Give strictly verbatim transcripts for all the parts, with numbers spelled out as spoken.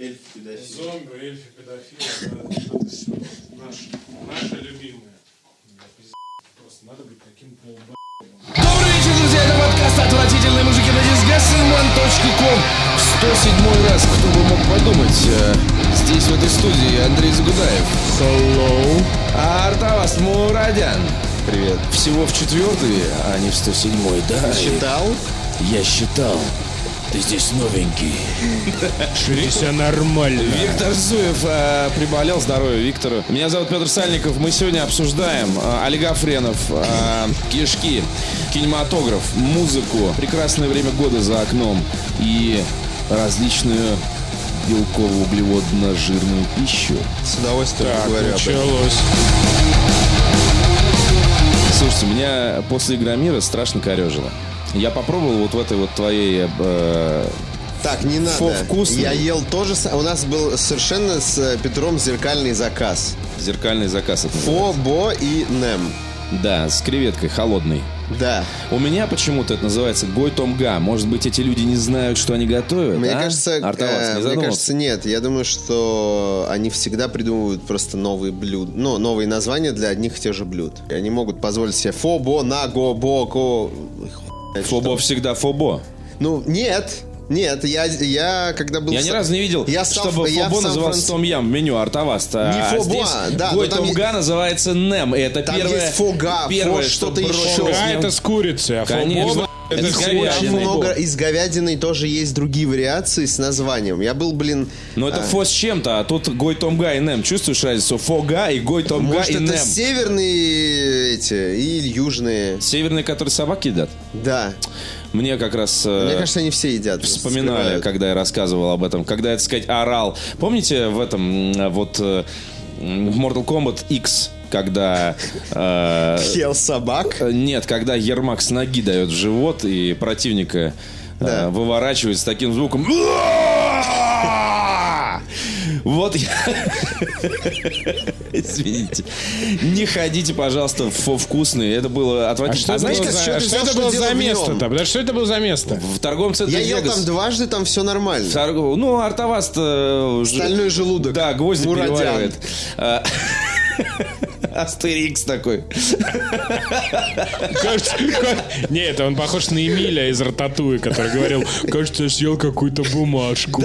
Эльф-педофил. Зомби, эльфи-педофил, да, это все наше, наше любимое. Да, пиздец, просто надо быть таким полуб***ем. Добрый вечер, друзья, это подкаст «Отвратительные мужики» на дисгастинман точка ком. В сто седьмой раз, кто бы мог подумать, здесь, в этой студии, Андрей Загудаев. Hello. А Артавас Мурадян. Привет. Всего в четвертый, а не в сто седьмой, да? Ты считал? Я считал. Ты здесь новенький. Шири себя нормально. Виктор Зуев э, приболел, здоровья Виктору. Меня зовут Петр Сальников. Мы сегодня обсуждаем э, Олег Афренов, э, кишки, кинематограф, музыку, прекрасное время года за окном и различную белково-углеводно-жирную пищу. С удовольствием Так, поговорю об этом. началось. Слушайте, меня после Игромира страшно корежило. Я попробовал вот в этой вот твоей... Э, Так, не надо. Фо вкусный. Я ел тоже. У нас был совершенно с Петром зеркальный заказ. зеркальный заказ. это Фо, бо и нем. Да, с креветкой холодной. Да. У меня почему-то это называется гой-томга. Может быть, эти люди не знают, что они готовят, Мне а? кажется, Артавас, э, не мне задумался? кажется, нет. Я думаю, что они всегда придумывают просто новые блюда. Ну, новые названия для одних и тех же блюд. И они могут позволить себе фо, бо, на, го, бо, ко. Фобо всегда фобо. Ну, нет. Нет, я, я когда был... Я в ни Са- разу не видел, я стал- чтобы я в фобо назывался Сан-Франциско. том-ям в меню Артавас. Не а фобо, здесь да, гой но там томга е- называется нем. И это Там первое... есть фога, первое, фо, что-то что еще. бросилось А мне в- это с курицей, а Конечно. фобо Это это с с говядиной. Очень курицей. много из говядины тоже есть другие вариации с названием. Я был, блин... Но это а, фо с чем-то, а тут гой томга и нем. Чувствуешь разницу? Фога и гой томга Может, и это нем. северные эти или южные. Северные, которые собаки едят. Да. Мне как раз... э, Мне кажется, они все едят. просто Вспоминали, скрывают. когда я рассказывал об этом, когда я, так сказать, орал. Помните в этом, м, вот, э, м, в Mortal Kombat X, когда... э, Ел собак. э, нет, когда Ермак с ноги дает в живот и противника э, Да. выворачивает с таким звуком... Вот я... Извините. Не ходите, пожалуйста, в фо вкусные. Это было А отвратительно. что, А это знаете, было как- за- что а ты что взял, это что было дело за в нем? место-то? Подожди, что это было за место? в торговом центре Я ел Вегас... там дважды, там все нормально. Торг- Ну, Артавас-то... Стальной желудок. Да, гвозди Мурадян. переваривает. А, Астерикс такой. Кажется, ка- Нет, он похож на Эмиля из Рататуи, который говорил, кажется, я съел какую-то бумажку.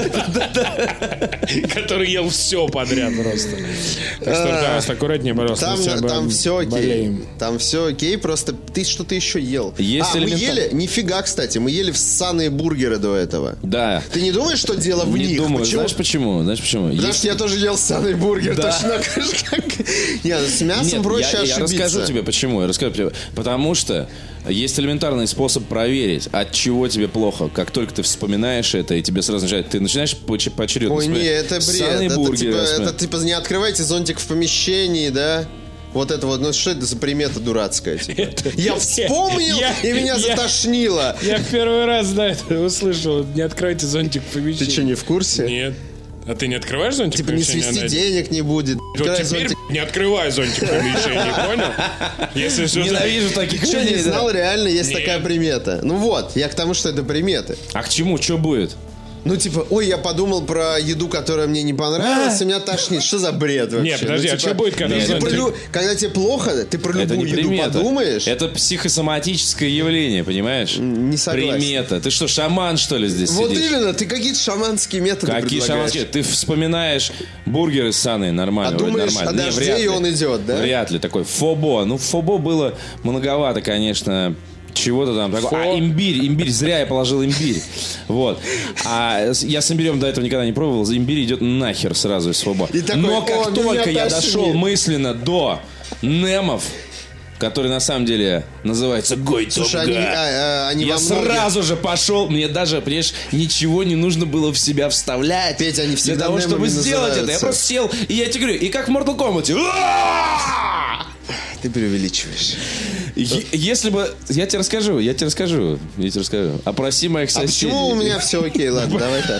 Который ел все подряд просто. Так что, Артавас, аккуратнее, пожалуйста. Там, мы с тобой там все окей. болеем. Там все окей, просто ты что-то еще ел. Есть а, мы элементар- ели, нифига, кстати, мы ели ссаные бургеры до этого. Да. Ты не думаешь, что дело в Не них? думаю. Почему? Знаешь почему? Знаешь почему? Потому Есть- что я тоже ел ссаный бургер, Да. точно так же, как... Нет, с мясом Нет, проще я, я ошибиться. расскажу тебе почему. Я расскажу тебе. Потому что есть элементарный способ проверить, от чего тебе плохо. Как только ты вспоминаешь это, и тебе сразу начинает, ты начинаешь поч- поочередно Ой, не, вспоминать. это бред. Ссаные Это, бургеры, типа, вспоминать. это типа не открывайте зонтик в помещении, да? Вот это вот, ну что это за примета дурацкая? Типа? Я вспомнил, Я- и меня я- затошнило. Я в первый раз, да, это услышал. Не откройте зонтик в помещении. Ты что, не в курсе? Нет. А ты не открываешь зонтик Типа в не помещении? свести Надя? денег не будет. Вот Открывай теперь зонтик. не открывай зонтик в помещении, понял? Если что-то... Ненавижу таких Что, не людей. да. знал, реально есть Нет. такая примета. Ну вот, я к тому, что это приметы. А к чему? Что будет? Ну типа, ой, я подумал про еду, которая мне не понравилась, и меня тошнит. Что за бред вообще? Не, подожди, Ну, а типа, что будет, когда ты зонтик- про лю- Когда тебе плохо, ты про Это не любую еду примета. подумаешь? Это психосоматическое явление, понимаешь? Не согласен. Примета. Ты что, шаман, что ли, здесь Вот сидишь? именно, ты какие-то шаманские методы Какие предлагаешь. шаманские? Ты вспоминаешь бургеры ссаные, нормально, А вроде думаешь, нормально. о Не, дожде, вряд и ли. он идет, да? Вряд ли такой. Фобо. Ну, фобо было многовато, конечно, чего-то там такого. А, имбирь, имбирь, зря я положил имбирь. Вот. А с- я с имбирем до этого никогда не пробовал. Имбирь идет нахер сразу из фобо. И такой, Но «О, как меня только я тошнит». дошел мысленно до немов, который на самом деле называется Гой Слушай, они, Томга, а, а, они я во многих- сразу же пошел, мне даже, понимаешь, ничего не нужно было в себя вставлять. Петя, они всегда для того, чтобы немами сделать это. Я называются. просто сел, и я тебе говорю, и как в Mortal Kombat. Уа! Ты преувеличиваешь. Е- Если бы... Я тебе расскажу, я тебе расскажу. Я тебе расскажу. Опроси моих А соседей. почему у меня все окей? Ладно, давай так.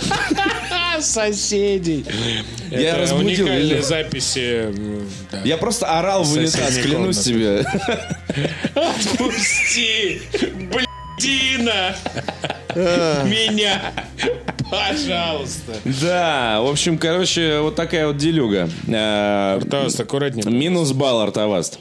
Соседей. Я Это разбудил уникальные ее. записи. м, да. Я просто орал в унитаз, Соседней клянусь комнаты. тебе. Отпусти! Блядина! Меня! Пожалуйста. Да, в общем, короче, вот такая вот делюга. Э, Артаваст, аккуратнее. Минус балл, Артаваст.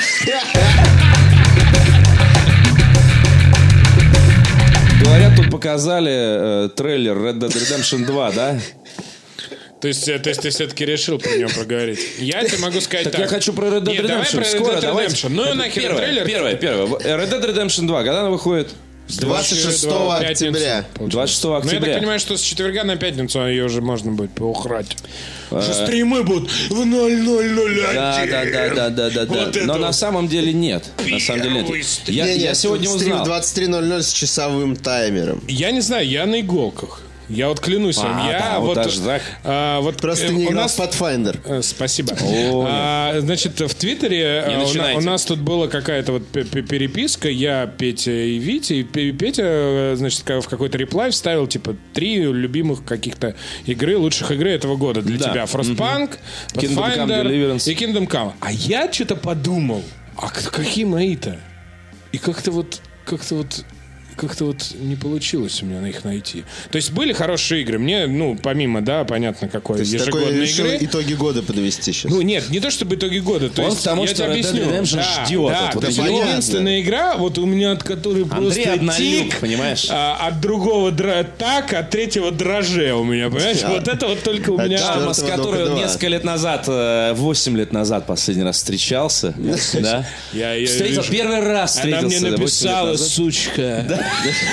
Говорят, тут показали э, трейлер Red Dead Redemption два, да? То есть, то есть ты все-таки решил про него поговорить? Я тебе могу сказать так. Так я хочу про Red Dead Нет, давай Redemption. про Red Скоро, Dead давайте. Redemption. Ну, Это нахер первое, трейлер. Первое, первое. Red Dead Redemption два, когда она выходит? двадцать шестого октября. двадцать шестого Ну, я октября. так понимаю, что с четверга на пятницу ее уже можно будет поухрать. Что стримы будут в ноль ноль ноль один. Да, да, да, да, да, да, да. Вот это Но вот. на самом деле нет. На самом деле Первый нет. стрим. Я, Не, я нет, сегодня стрим в узнал. двадцать три ноль ноль с часовым таймером. Я не знаю, я на иголках. Я вот клянусь вам, А, я да, вот вот, даже так? а, вот Просто э, ты не у играл нас в Pathfinder. Э, Спасибо. О, А, значит, в Твиттере Не э, у, на- начинайте. у нас тут была какая-то вот п- п- переписка. Я, Петя и Витя. И Пе- Петя, э, значит, ка- в какой-то реплай вставил, типа, три любимых каких-то игры, лучших игры этого года для Да. тебя. Frostpunk, Kingdom Come Pathfinder Deliverance. и Kingdom Come. А я что-то подумал, а к- какие мои-то? И как-то вот, как-то вот... Как-то вот не получилось у меня на их найти. То есть были хорошие игры. Мне, ну, помимо, да, понятно, какой То есть такой ежегодной решил игры. итоги года подвести сейчас. Ну, нет, не то чтобы итоги года. То Он есть, к тому, я что тебе Red Dead объясню. Redemption Да, ждет. да, Вот то есть это понятно. единственная игра, вот у меня от которой Андрей просто обналил, тик, понимаешь? а, от другого дра- так, от третьего дроже у меня, понимаешь? А. Вот это вот только у А меня... что? Дама, с Четвертого которой он дока два. несколько лет назад, э, восемь лет назад последний раз встречался. Да? Я её Встретил, вижу. первый раз Она встретился. мне да, восемь лет написала, назад. сучка.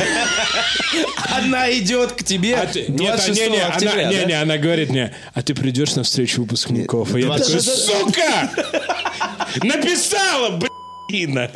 Она идет к тебе А ты- нет, двадцать а, не, шестого не, октября. она, не, да? не, она говорит мне, а ты придешь на встречу выпускников? И я такой, двадцать шестого сука! Написала, блин!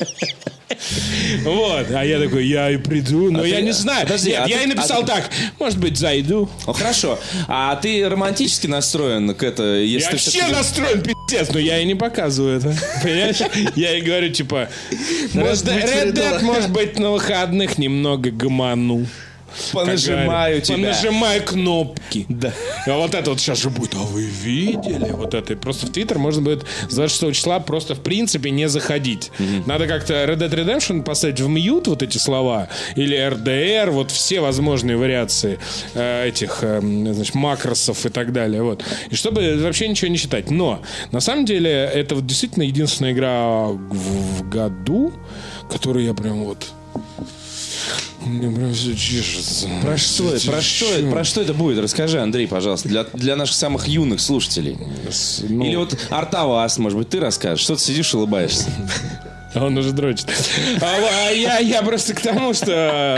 Вот, а я такой, я и приду, но А я ты- не знаю. подожди, Нет, а я ты- и написал а ты- так, может быть, зайду. Ну хорошо. А ты романтически настроен к это, Я если ты вообще всё-таки- настроен, пиздец, но я и не показываю это. Понимаешь? Я ей говорю, типа, может, быть, Red Dead, передала. может быть, на выходных немного гомону. понажимаю Как тебя. говорят, Понажимаю кнопки. Да. А вот это вот сейчас же будет. А вы видели? Вот это. И просто в Твиттер можно будет с двадцать шестого числа просто в принципе не заходить. Надо как-то Red Dead Redemption поставить в мьют вот эти слова. Или эр дэ эр. Вот все возможные вариации э, этих э, значит, макросов и так далее. Вот. И чтобы вообще ничего не читать. Но на самом деле это вот действительно единственная игра в, в году, которую я прям вот... Мне прям все чешется. Про что, это? про, что, это? про что это будет? Расскажи, Андрей, пожалуйста, для, для наших самых юных слушателей. Ну, Или вот Артаваст, может быть, ты расскажешь. Что ты сидишь и улыбаешься? а он уже дрочит. А, а я, я просто к тому, что...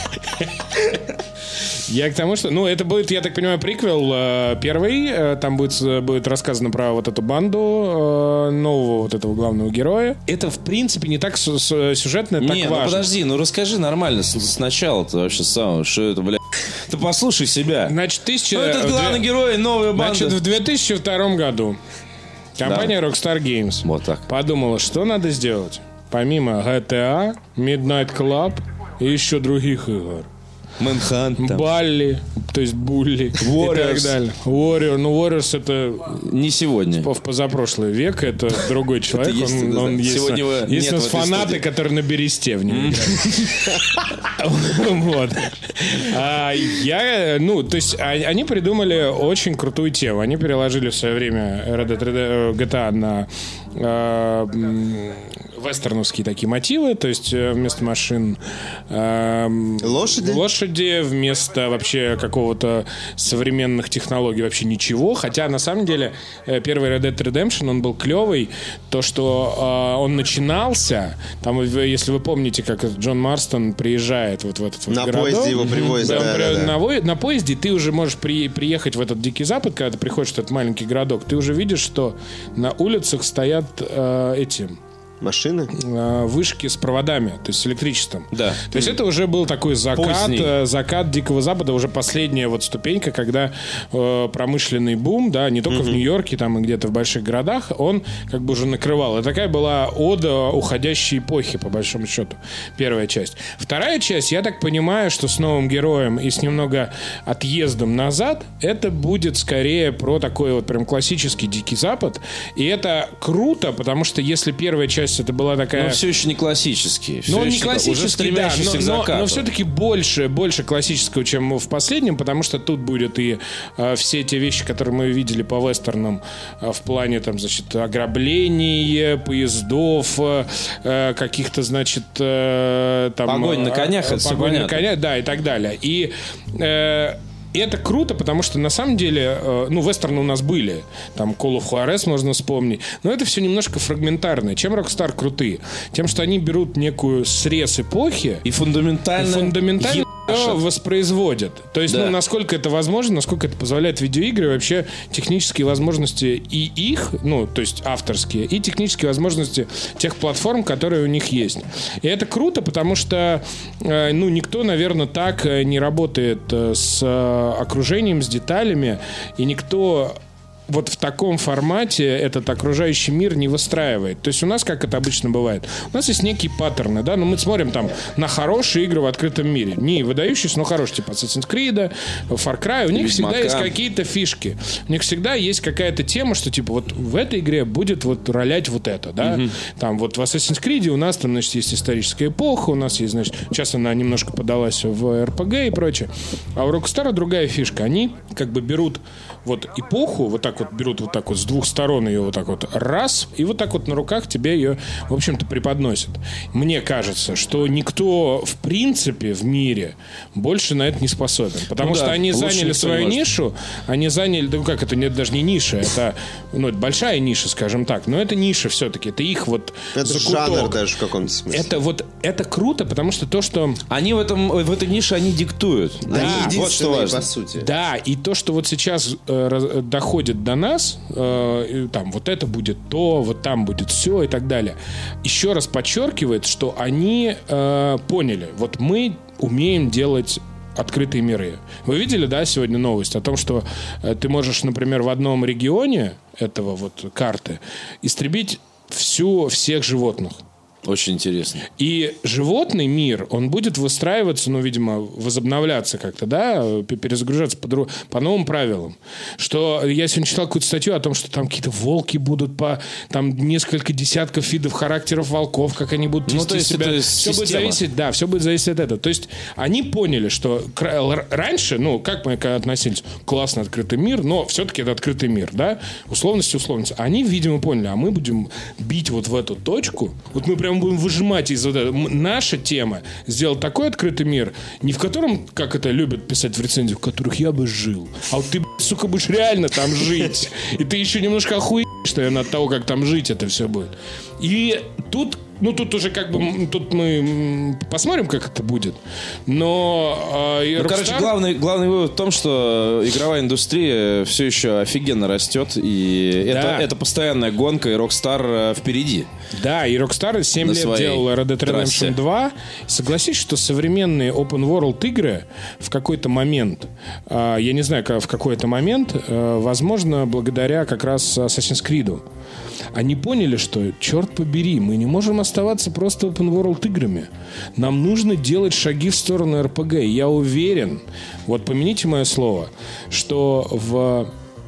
Я к тому, что... Ну, это будет, я так понимаю, приквел э, первый. Э, Там будет, э, будет рассказано про вот эту банду э, нового вот этого главного героя. Это, в принципе, не так су- су- сюжетно, так Не, ну важно. подожди, ну расскажи нормально с- сначала-то вообще самого, что это, бля. Ты послушай себя. Значит, тысяча... Ну, этот в главный две- герой, новая банда. Значит, в две тысячи втором году компания Rockstar Games Вот так. подумала, что надо сделать. Помимо джи ти эй, Midnight Club и еще других игр. Мэнхан там. Балли, то есть Булли и Warriors. так далее. Warrior, ну Warriors это Не сегодня. в позапрошлый век, это другой человек. есть, он, да, он да. есть, Сегодня его есть нет у нас в этой фанаты, студии. которые на бересте в нем играют. Вот. А я, ну, то есть а- они придумали очень крутую тему. Они переложили в свое время Red Dead Red- джи ти эй на э, м, вестерновские такие мотивы, то есть э, вместо машин эм, Лошади? лошади, вместо вообще какого-то современных технологий вообще ничего. Хотя на самом деле э, первый Red Dead Redemption, он был клевый. То, что э, он начинался, там, вы- если вы помните, как Джон Марстон приезжает вот в этот вот На городок. поезде его привозят, Да, он да, при- да, да. На, во- на поезде ты уже можешь при- приехать в этот Дикий Запад, когда ты приходишь в этот маленький городок, ты уже видишь, что на улицах стоят э, эти... Машины? э, вышки с проводами, то есть с электричеством. Да. То есть это уже был такой закат, Поздний. э, закат Дикого Запада, уже последняя вот ступенька, когда э, промышленный бум, да, не только в Нью-Йорке, там и где-то в больших городах, он как бы уже накрывал. И такая была ода уходящей эпохи, по большому счету, первая часть. Вторая часть, я так понимаю, что с новым героем и с немного отъездом назад, это будет скорее про такой вот прям классический Дикий Запад. И это круто, потому что если первая часть есть это была такая... Но все еще не классический. Но он не еще классический, да, но, к но, закату. но все-таки больше, больше классического, чем в последнем, потому что тут будет и э, все те вещи, которые мы видели по вестернам э, в плане, там, значит, ограблений, поездов, э, каких-то, значит... Э, там, Погонь на конях, э, это все погонь понятно. на конях, да, и так далее. И... Э, И это круто, потому что на самом деле, э, ну, вестерны у нас были. Там Call of Juarez можно вспомнить. Но это все немножко фрагментарное. Чем Rockstar крутые? Тем, что они берут некую срез эпохи И фундаментально... и фундаментально ебашат. воспроизводят. То есть, Да. ну, насколько это возможно, насколько это позволяет видеоигры, вообще технические возможности и их, ну, то есть авторские, и технические возможности тех платформ, которые у них есть. И это круто, потому что, э, ну, никто, наверное, так э, не работает э, с э, окружением, с деталями, и никто... вот в таком формате этот окружающий мир не выстраивает. То есть у нас, как это обычно бывает, у нас есть некие паттерны, да, но мы смотрим там на хорошие игры в открытом мире. Не выдающиеся, но хорошие, типа Assassin's Creed, Far Cry. У них Ведьмака. всегда есть какие-то фишки. У них всегда есть какая-то тема, что типа вот в этой игре будет вот ролять вот это, да. Mm-hmm. Там вот в Assassin's Creed у нас там, значит, есть историческая эпоха, у нас есть, значит, сейчас она немножко подалась в эр пи джи и прочее. А у Rockstar другая фишка. Они как бы берут вот эпоху, вот так вот берут вот так вот с двух сторон ее вот так вот раз, и вот так вот на руках тебе ее, в общем-то, преподносят. Мне кажется, что никто, в принципе, в мире больше на это не способен. Потому Ну что да, они лучше заняли никто свою не может. нишу, они заняли, да как это, нет, даже не ниша, это, ну, это большая ниша, скажем так, но это ниша все-таки, это их вот Это закуток. жанр даже в каком-то смысле. Это вот, это круто, потому что то, что... Они в, этом, в этой нише, они диктуют. Они Да, единственные, вот что важно. по сути. Да, и то, что вот сейчас э, раз- доходит до нас, э, и там вот это будет то, вот там будет все и так далее, еще раз подчеркивает, что они э, поняли, вот мы умеем делать открытые миры. Вы видели, да, сегодня новость о том, что э, ты можешь, например, в одном регионе этого вот карты истребить всю, всех животных. Очень интересно. И животный мир, он будет выстраиваться, ну, видимо, возобновляться как-то, да, перезагружаться по, дру... по новым правилам. Что я сегодня читал какую-то статью о том, что там какие-то волки будут по там несколько десятков видов характеров волков, как они будут Ну, вести то есть себя. это Все будет система. зависеть, да, все будет зависеть от этого. То есть они поняли, что кра- раньше, ну, как мы относились, классный открытый мир, но все-таки это открытый мир, да, условности, условности. Они, видимо, поняли, а мы будем бить вот в эту точку, вот мы прям будем выжимать из вот этого. М- Наша тема сделать такой открытый мир, не в котором, как это любят писать в рецензиях, в которых я бы жил, а вот ты, сука, будешь реально там жить. И ты еще немножко охуеешь, наверное, от того, как там жить это все будет. И тут, ну, тут уже как бы, м, тут мы м, посмотрим, как это будет. Но э, Ну, Rockstar- короче, главный, главный вывод в том, что игровая индустрия все еще офигенно растет, и Да. это, это постоянная гонка, и Rockstar э, впереди. Да, и Rockstar семь На лет своей делал Red Dead трассе. Redemption два. Согласись, что современные open world игры в какой-то момент, э, я не знаю, как- в какой-то момент, э, возможно, благодаря как раз Assassin's Creed, они поняли, что, черт побери, мы не можем оставаться просто open world играми. Нам нужно делать шаги в сторону эр пи джи. Я уверен, вот помяните мое слово, что в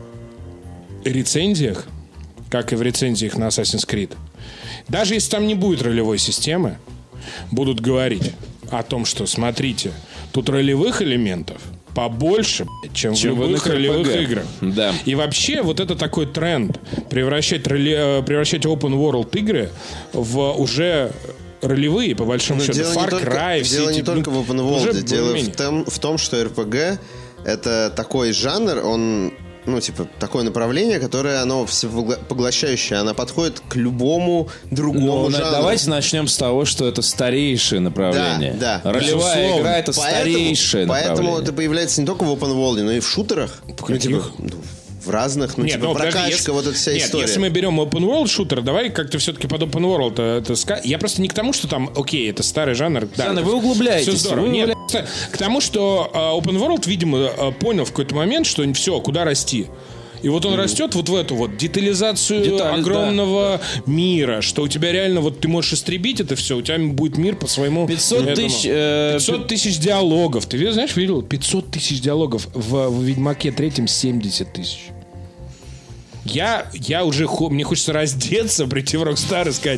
рецензиях, как и в рецензиях на Assassin's Creed, даже если там не будет ролевой системы, будут говорить о том, что, смотрите, тут ролевых элементов побольше, блядь, чем, Чем в в любых эр пи джи. ролевых играх. Да. И вообще вот это такой тренд превращать, роли- э, превращать open world игры в уже ролевые, по большому Но счету. дело Far не только, Cry, все дело эти, не только ну, в open уже world. Дело в более-менее. том, в том, что эр пи джи это такой жанр, он, ну, типа, такое направление, которое, оно всепоглощающее, оно подходит к любому другому Ну, жанру. давайте начнем с того, что это старейшее направление. Да, да. Ролевая Безусловно. игра — это старейшее Поэтому направление. это появляется не только в open world, но и в шутерах. Ну, каких? типа, ну, в разных, ну, Нет, типа, ну, подожди, прокачка, если- вот эта вся нет, история. если мы берем open world шутер, давай как-то все-таки под open world это ска- я просто не к тому, что там, окей, это старый жанр. Да, Саня, это вы углубляетесь, всё здорово. вы Нет, углубля- просто к тому, что э, open world, видимо, э, понял в какой-то момент, что все, куда расти. И вот он растет вот в эту вот детализацию Детали, огромного мира, что у тебя реально вот ты можешь истребить это все, у тебя будет мир по своему пятьсот этому. тысяч, э, пятьсот тысяч диалогов. Ты видел, знаешь, видел? пятьсот тысяч диалогов. В, в Ведьмаке третьем семьдесят тысяч. Я, я уже, мне хочется раздеться, прийти в Rockstar и сказать: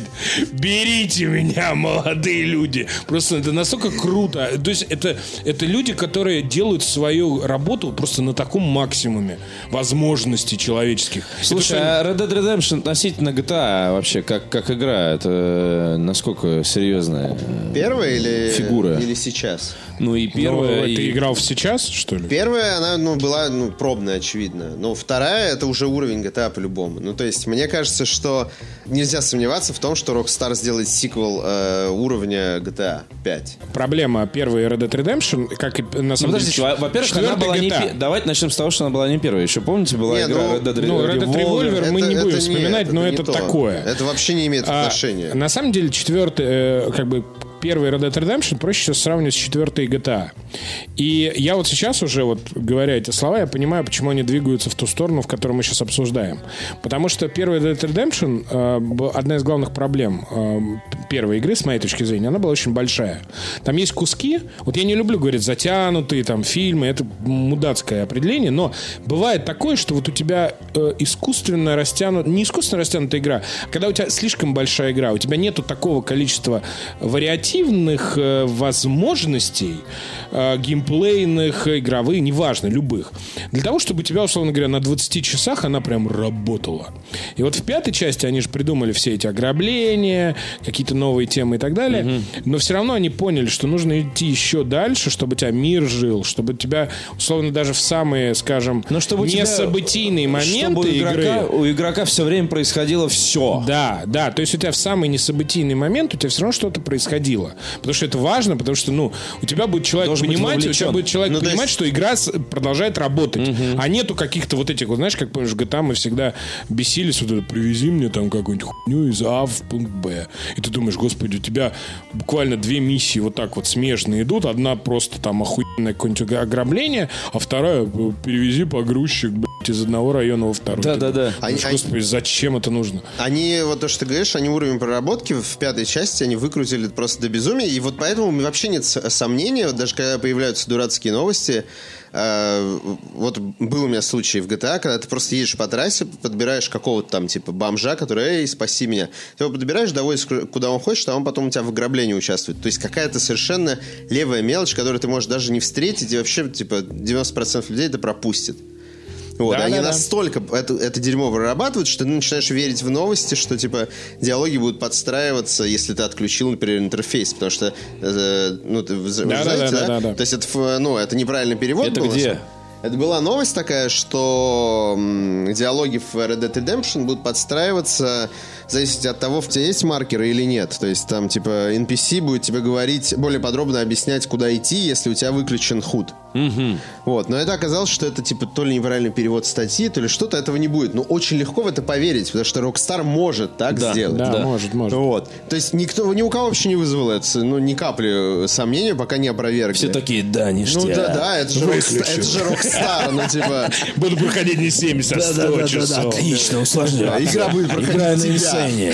берите меня, молодые люди. Просто это настолько круто. То есть это, это люди, которые делают свою работу просто на таком максимуме возможностей человеческих. Слушай, это, а Red Dead Redemption относительно джи ти эй вообще как, как игра, это насколько серьезная первая или, фигура? Или сейчас? Ну и первая. Ну, и... Ты играл в сейчас, что ли? Первая, она ну, была ну, пробная, очевидно. Но вторая, это уже уровень джи ти эй по-любому. Ну, то есть, мне кажется, что нельзя сомневаться в том, что Rockstar сделает сиквел э, уровня джи ти эй пять. Проблема первой Red Dead Redemption, как и на самом ну, деле... подождите, во-первых, она была не... Давайте начнем с того, что она была не первая. Еще помните, была не, игра ну, Red Dead ну, Red Dead Revolver это, мы не это будем не, вспоминать, это но не это то. такое. Это вообще не имеет а, отношения. На самом деле, четвертый, э, как бы... Первый Red Dead Redemption проще всего сравнивать с четвертой джи ти эй. И я вот сейчас уже, вот говоря эти слова, я понимаю, почему они двигаются в ту сторону, в которую мы сейчас обсуждаем. Потому что первый Red Dead Redemption, э, одна из главных проблем э, первой игры, с моей точки зрения, она была очень большая. Там есть куски, вот я не люблю говорить затянутые там фильмы, это мудацкое определение, но бывает такое, что вот у тебя э, искусственно растянут, не искусственно растянутая игра, а когда у тебя слишком большая игра, у тебя нету такого количества вариативных э, возможностей, э, геймплейных, игровых, неважно, любых, для того, чтобы у тебя, условно говоря, на двадцати часах она прям работала. И вот в пятой части они же придумали все эти ограбления, какие-то новые темы и так далее, mm-hmm. но все равно они поняли, что нужно идти еще дальше, чтобы у тебя мир жил, чтобы у тебя, условно, даже в самые, скажем, но чтобы несобытийные моменты чтобы у игрока, игры... у игрока все время происходило все. Да, да, то есть у тебя в самый несобытийный момент у тебя все равно что-то происходило. Потому что это важно, потому что, ну, у тебя будет человек Должен понимать, у тебя будет человек ну, понимать, есть... что игра продолжает работать. Угу. А нету каких-то вот этих, вот, знаешь, как помнишь, в джи ти эй мы всегда бесились, вот это, привези мне там какую-нибудь хуйню из А в пункт Б. И ты думаешь, господи, у тебя буквально две миссии вот так вот смежные идут. Одна просто там охуенное какое-нибудь ограбление, а вторая перевези погрузчик, блядь, из одного района во второй. Да-да-да. Они, господи, зачем это нужно? Они, вот то, что ты говоришь, они уровень проработки в пятой части, они выкрутили просто до безумия. И вот поэтому вообще нет сомнения, даже когда появляются дурацкие новости. Э, вот был у меня случай в джи ти эй, когда ты просто едешь по трассе, подбираешь какого-то там типа бомжа, который, эй, спаси меня. Ты его подбираешь, доводишь куда он хочет, а он потом у тебя в ограблении участвует. То есть какая-то совершенно левая мелочь, которую ты можешь даже не встретить, и вообще типа девяносто процентов людей это пропустит. Вот, да, они да, настолько да. Это, это дерьмо вырабатывают, что ты начинаешь верить в новости, что типа диалоги будут подстраиваться, если ты отключил, например, интерфейс, потому что э, ну, ты, вы да, знаете, да, да? Да, да? То есть это, ну, это неправильный перевод это был. Где? Это была новость такая, что м, диалоги в Red Dead Redemption будут подстраиваться в зависимости от того, в тебя есть маркеры или нет. То есть там типа эн пи си будет тебе говорить, более подробно объяснять, куда идти, если у тебя выключен худ. Mm-hmm. Вот. Но это оказалось, что это типа то ли неправильный перевод статьи, то ли что-то, этого не будет. Но очень легко в это поверить, потому что Rockstar может так да, сделать. Да, да, может, может. Вот. То есть никто, ни у кого вообще не вызвало это, ну, ни капли сомнения, пока не опровергли. Все такие, да, ништяк. Ну да, да, это же Rockstar, ну типа... Буду проходить не семьдесят, а сто часов. Отлично, усложняется. Игра будет проходить на инсайне.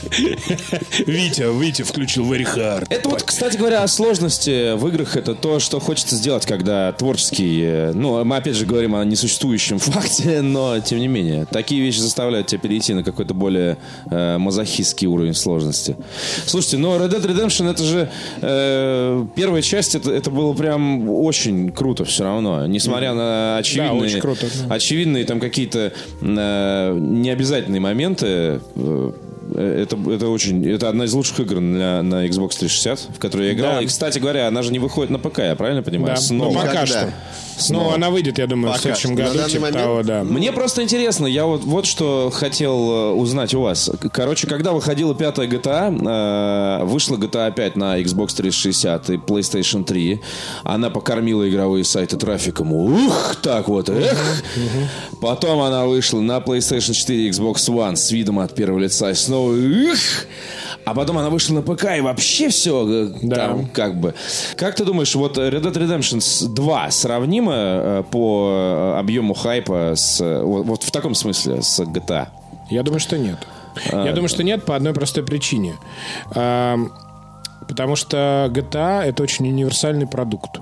Витя, Витя включил Very Hard. Это вот, кстати говоря, о сложности в играх. Это то, что хочется сделать, когда творческий... Ну, мы опять же говорим о несуществующем факте, но, тем не менее, такие вещи заставляют тебя перейти на какой-то более э, мазохистский уровень сложности. Слушайте, но Red Dead Redemption, это же... Э, первая часть, это, это было прям очень круто все равно. Несмотря на очевидные... Да, круто, да. Очевидные там какие-то э, необязательные моменты... Э, Это, это очень... Это одна из лучших игр на, на Xbox триста шестьдесят, в которой я играл. Да. И, кстати говоря, она же не выходит на ПК, я правильно понимаю? Да, Снова. ну, пока что. Ну, она выйдет, я думаю, пока в следующем году. Типа момент... того, да. Мне просто интересно, я вот, вот что хотел узнать у вас. Короче, когда выходила пятая джи ти эй, э, вышла джи ти эй пять на Xbox триста шестьдесят и PlayStation три. Она покормила игровые сайты трафиком. Ух, так вот, эх. Потом она вышла на PlayStation четыре и Xbox One с видом от первого лица. И снова, эх. А потом она вышла на ПК, и вообще все да. там как бы. Как ты думаешь, вот Red Dead Redemption два сравнимо э, по объему хайпа с, вот, вот в таком смысле с джи ти эй? Я думаю, что нет. А, Я думаю, что нет по одной простой причине. А, потому что джи ти эй — это очень универсальный продукт.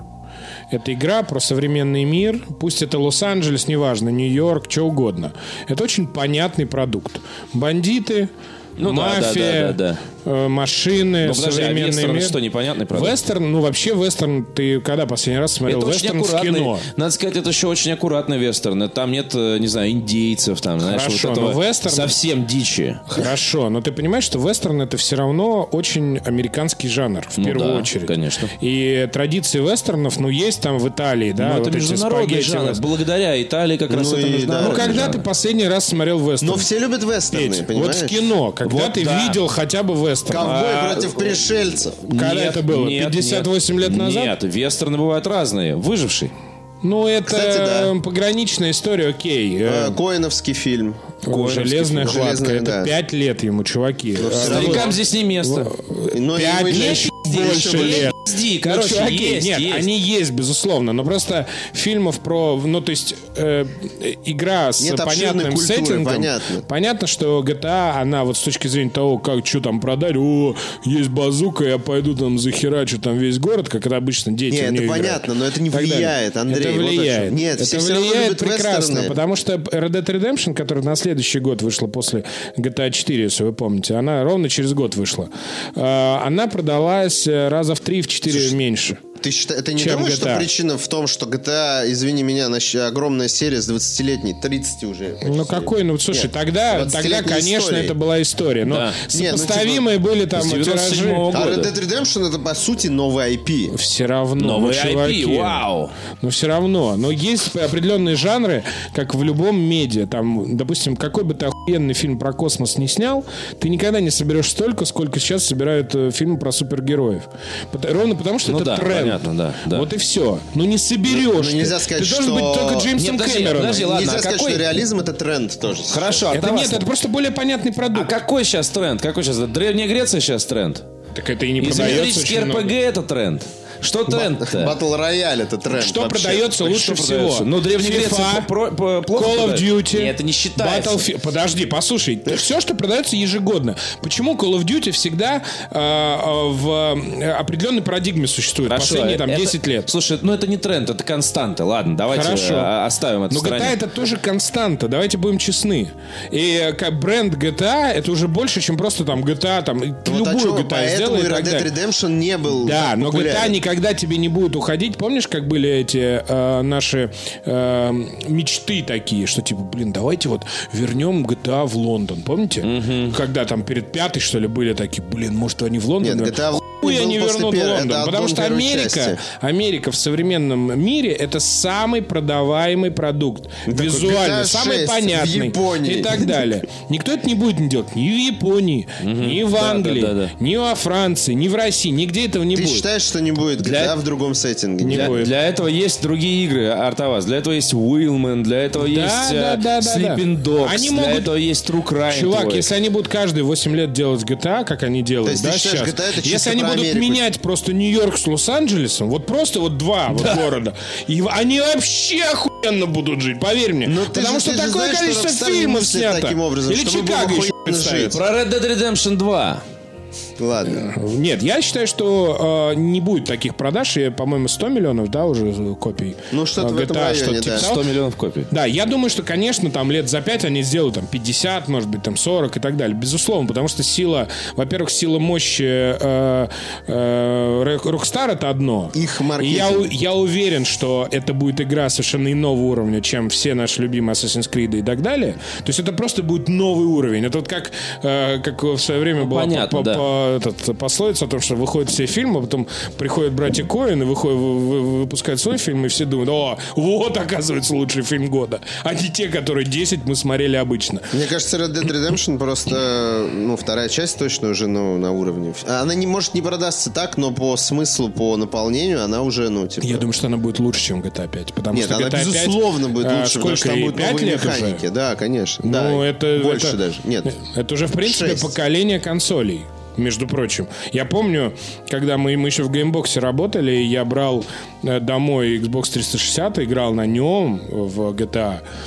Это игра про современный мир. Пусть это Лос-Анджелес, неважно, Нью-Йорк, что угодно. Это очень понятный продукт. Бандиты, ну, мафия, да, да, да, да, да. машины, ну, подожди, современный а вестерн мир. Что, непонятный продукт? Вестерн, ну вообще вестерн, ты когда последний раз смотрел это вестерн в кино? Надо сказать, это еще очень аккуратный вестерн. Там нет, не знаю, индейцев, там, знаешь, Хорошо, вот этого но вестерн... совсем дичи. Хорошо, но ты понимаешь, что вестерн это все равно очень американский жанр, в ну, первую да, очередь. Конечно. И традиции вестернов, ну, есть там в Италии, да, но вот это эти международный жанр. спагетти. Благодаря Италии как раз Ну это и международный Ну, когда жанр. ты последний раз смотрел вестерн? Но все любят вестерны, Петь, понимаешь? вот в кино, когда Вот ты да. видел хотя бы вестерн. Ковбой А, против пришельцев. Когда Нет, это было? нет, пятьдесят восемь нет. лет назад? Нет, вестерны бывают разные. Выживший. Ну, это Кстати, да. пограничная история, окей. Э, Коэновский фильм. Железная фильм. хватка. Железная, это да. пять лет ему, чуваки. всё А, равно. Старикам здесь не место. Но Пять его лет еще больше лет. Пизди, Ну, короче, чуваки, есть, нет, есть. они есть, безусловно, но просто фильмов про, ну, то есть, э, игра с Нет обширной понятным культуры, сеттингом. понятно. Понятно, что джи ти эй, она вот с точки зрения того, как что там продать, о, есть базука, я пойду там захерачу там весь город, как это обычно дети Нет, в неё это играют. понятно, но это не И так далее. влияет, Андрей. Это вот о влияет. чем. Нет, это все все равно влияет любят прекрасно, вестерны. потому что Red Dead Redemption, которая на следующий год вышла после джи ти эй четыре, если вы помните, она ровно через год вышла. А, Она продалась раза в три, в четыре меньше. Ты, считаешь, ты не чем думаешь, джи ти эй? что причина в том, что джи ти эй, извини меня, нач- огромная серия с двадцатилетней, тридцать уже. почти. Ну какой, ну слушай, Нет, тогда, тогда, двадцатилетней конечно, истории. это была история. Но Да. Нет, ну, сопоставимые были там с девяносто тиражи. седьмого А года. Red Dead Redemption это, по сути, новый ай пи. Все равно, Новый ну, ай пи, чуваки. вау. Но все равно. Но есть определенные жанры, как в любом медиа. Там, допустим, какой бы ты охуенный фильм про космос не снял, ты никогда не соберешь столько, сколько сейчас собирают э, фильмы про супергероев. Пот- Ровно потому, что Ну это да, тренд. понятно, да, да. Вот и все. Ну не соберешь. Ну, ты. нельзя сказать, ты должен что- быть только Джеймсом Нет, подожди, Кэмероном. подожди, ладно, Нельзя а сказать, какой- что реализм это тренд тоже. Хорошо, Это Атавас, нет, это просто более понятный А продукт. какой сейчас тренд? Какой сейчас? Древняя Греция сейчас тренд? Так это и не продается Изометрический очень эр пи много. джи это тренд. Что тренд-то? Батл рояль это тренд. Что вообще. продается лучше Что всего? продается? Ну, Древняя Греция FIFA, про- про- плохо Call of продается. Duty. Нет, это не считается. Battlefield. Подожди, послушай. Все, что продается ежегодно. Почему Call of Duty всегда э, э, в э, определенной парадигме существует? Хорошо, Последние там это- десять лет. Слушай, ну это не тренд, это константа. Ладно, давайте Хорошо. э, оставим это Но в джи ти эй стороне. это тоже константа. Давайте будем честны. И э, как бренд джи ти эй это уже больше, чем просто там джи ти эй, там и ты Вот о любую чем, джи ти эй поэтому сделай и и Red так Dead далее. Redemption не был Да, так но джи ти эй популярен. никогда тебе не будет уходить. Помнишь, как были эти э, наши э, мечты такие, что типа, блин, давайте вот вернем джи ти эй в Лондон. Помните? Когда там перед пятой, что ли, были такие, блин, может, они в Лондон? Нет, джи ти эй в Хуй был они после вернут в первой- Лондон. это Потому аддон что первой Америка, части. Америка в современном мире это самый продаваемый продукт. Визуально, джи ти эй самый шесть в понятный. Японии. И так далее. Никто это не будет не делать. Ни в Японии, ни в Да, Англии, да, да, да. ни во Франции, ни в России. Нигде этого не Ты будет. считаешь, что не будет джи ти эй Для- в другом сеттинге? Не Для, будет. для этого есть другие игры, Артавас. Для этого есть Уилмен, для этого Да, есть да, э, да, да, Sleeping да. Dogs, Они для могут- этого есть True Crime. Чувак, твой. если они будут каждые восемь лет делать джи ти эй, как они делают, То есть ты да, считаешь, сейчас. джи ти эй это чисто Если они про будут Америку? менять просто Нью-Йорк с Лос-Анджелесом, вот просто вот два вот города, и в- они вообще охуенно будут жить, поверь мне. Но ты Потому же- что ты же такое знаешь, что количество Rockstar не фильмов мыслит снято. таким образом, Или чтобы было Чикаго еще охуенно представят. жить. Про Red Dead Redemption два. Ладно. Нет, я считаю, что э, не будет таких продаж. И, по-моему, сто миллионов, да, уже копий. Ну, что-то э, в этом джи ти эй, районе, что-то да. типа того. сто миллионов копий. Да, я думаю, что, конечно, там лет за пять они сделают там пятьдесят, может быть, там сорок и так далее. Безусловно, потому что сила, во-первых, сила мощи э, э, Rockstar это одно. Их И маркетинг. я, у- я уверен, что это будет игра совершенно иного уровня, чем все наши любимые Assassin's Creed и так далее. То есть это просто будет новый уровень. Это вот как, э, как в свое время была понятно, по- да. по- этот, пословица о том, что выходят все фильмы, а потом приходят братья Коэн и выходят, вы- вы- выпускают свой фильм, и все думают, о, вот, оказывается, лучший фильм года. А не те, которые десять мы смотрели обычно. Мне кажется, Red Dead Redemption просто, ну, вторая часть точно уже, ну, на уровне. Она не может не продастся так, но по смыслу, по наполнению она уже, ну, типа... Я думаю, что она будет лучше, чем джи ти эй пять. Потому Нет, что она, джи ти эй пять, безусловно, будет а, лучше, потому что сколько там ей, будут пять новые лет механики. уже? Да, конечно. Ну, да, это, больше это- даже. Нет. Это уже, в принципе, Шесть. поколение консолей. Между прочим. Я помню, когда мы, мы еще в геймбоксе работали, я брал э, домой Xbox триста шестьдесят, играл на нем в джи ти эй.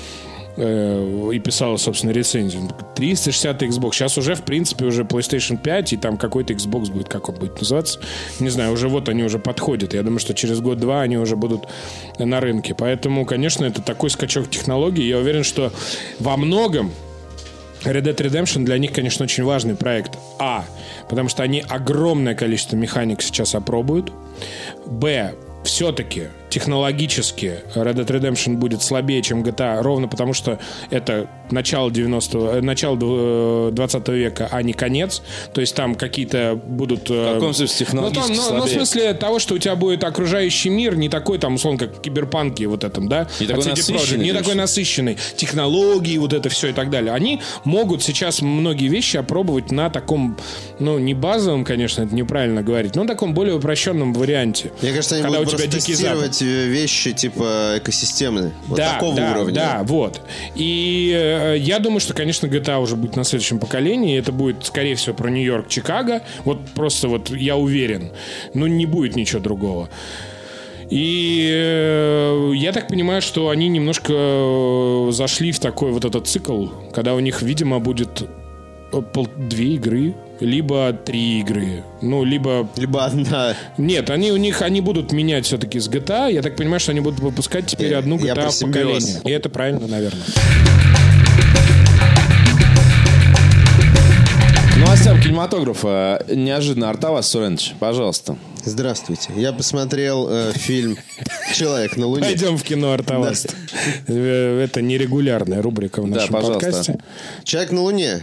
и писала, собственно, рецензию. триста шестьдесят Xbox. Сейчас уже, в принципе, уже PlayStation пять, и там какой-то Xbox будет, как он будет называться. Не знаю, уже вот они уже подходят. Я думаю, что через год-два они уже будут на рынке. Поэтому, конечно, это такой скачок технологий. Я уверен, что во многом Red Dead Redemption для них, конечно, очень важный проект. А, потому что они огромное количество механик сейчас опробуют. Б, все-таки технологически Red Dead Redemption будет слабее, чем джи ти эй, ровно потому что это начало девяностого, начало двадцатого века, а не конец. То есть там какие-то будут... В каком смысле технологически ну, там, ну, ну, в смысле того, что у тебя будет окружающий мир не такой, там, условно, как в Киберпанке вот этом, да? Не такой насыщенный. Не такой насыщенный. Технологии, вот это все и так далее. Они могут сейчас многие вещи опробовать на таком, ну, не базовом, конечно, это неправильно говорить, но на таком более упрощенном варианте. Мне кажется, они когда будут у тебя просто тестировать вещи типа экосистемные. Вот да, такого да, уровня. Да, вот. И э, я думаю, что, конечно, джи ти эй уже будет на следующем поколении. Это будет, скорее всего, про Нью-Йорк, Чикаго. Вот просто вот я уверен. Ну, не будет ничего другого. И э, я так понимаю, что они немножко э, зашли в такой вот этот цикл, когда у них, видимо, будет пол, две игры, либо три игры, ну, либо... Либо одна. Нет, они у них, они будут менять все-таки с джи ти эй. Я так понимаю, что они будут выпускать теперь одну джи ти эй в поколении. И это правильно, наверное. Новостям кинематографа. Неожиданно. Артавас Суренович, пожалуйста. Здравствуйте. Я посмотрел э, фильм «Человек на Луне». Пойдем в кино, Артавас. Это нерегулярная рубрика в нашем подкасте. «Человек на Луне».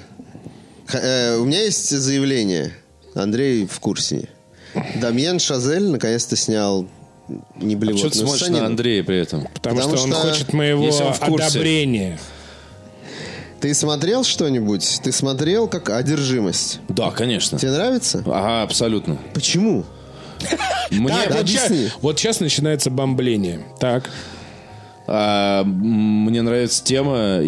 У меня есть заявление. Андрей в курсе. Дамьен Шазель наконец-то снял неблевотную сцену. А что ты смотришь на Андрея при этом? Потому, Потому что, что он хочет моего одобрения. Ты смотрел что-нибудь? Ты смотрел как «Одержимость»? Да, конечно. Тебе нравится? Ага, абсолютно. Почему? Мне да, вот, сейчас, вот сейчас начинается бомбление. Так. А, мне нравится тема,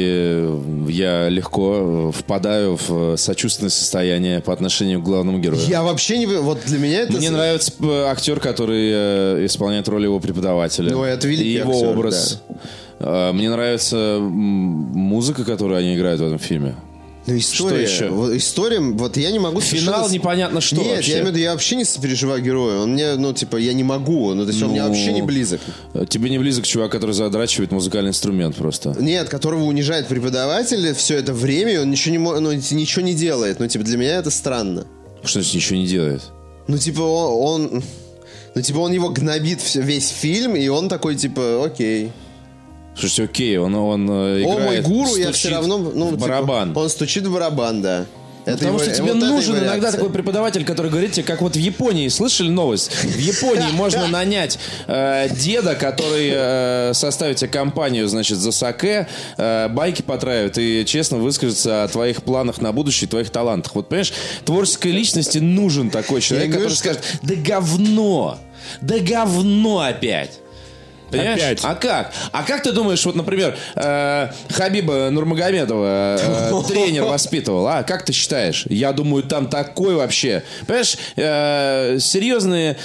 и я легко впадаю в сочувственное состояние по отношению к главному герою. Я вообще не... Вот для меня это... Мне нравится актер, который исполняет роль его преподавателя. Ну, это великий и его актер, образ. Да. Мне нравится музыка, которую они играют в этом фильме. Ну, история. Что еще? Вот, история, вот я не могу... Финал совершенно... непонятно что. Нет, вообще. я имею в виду, я вообще не сопереживаю герою. Он мне, ну, типа, я не могу. Ну, то есть ну, он мне вообще не близок. Тебе не близок чувак, который задрачивает музыкальный инструмент просто. Нет, которого унижает преподаватель все это время, и он ничего не, ну, ничего не делает. Ну, типа, для меня это странно. Что значит ничего не делает? Ну, типа, он... он ну, типа, он его гнобит весь фильм, и он такой, типа, окей. Слушайте, окей, он, он играет, О, мой гуру, я все равно... Ну, в барабан. Типа, он стучит в барабан, да. Это Потому его, что тебе вот нужен иногда такой преподаватель, который говорит тебе, как вот в Японии, слышали новость? В Японии можно нанять э, деда, который э, составит тебе компанию, значит, за саке, э, байки потравит и честно выскажется о твоих планах на будущее, твоих талантах. Вот, понимаешь, творческой личности нужен такой человек, который говорю, скажет, да говно, да говно опять. Понимаешь? Опять. А как? А как ты думаешь, вот, например, э, Хабиба Нурмагомедова э, тренер воспитывал, а? Как ты считаешь? Я думаю, там такой вообще... Понимаешь, э, серьезные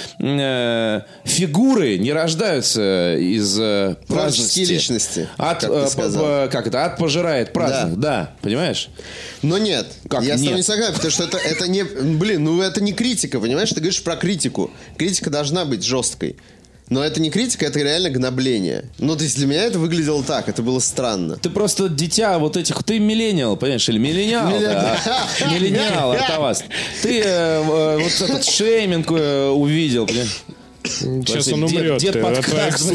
э, фигуры не рождаются из э, праздности. личности, от, как э, ты сказал. Как это? От пожирает праздник, да. да. Понимаешь? Но нет, как я нет? с тобой не согласен, потому что это, это не... Блин, ну это не критика, понимаешь? Ты говоришь про критику. Критика должна быть жесткой. Но это не критика, это реально гнобление. Ну, то есть для меня это выглядело так, это было странно. Ты просто дитя вот этих... Ты миллениал, понимаешь? Или миллениал, да. Миллениал, Артавас. Ты э, вот этот шейминг э, увидел, понимаешь? Сейчас он умрет. Дед, дед подкаст.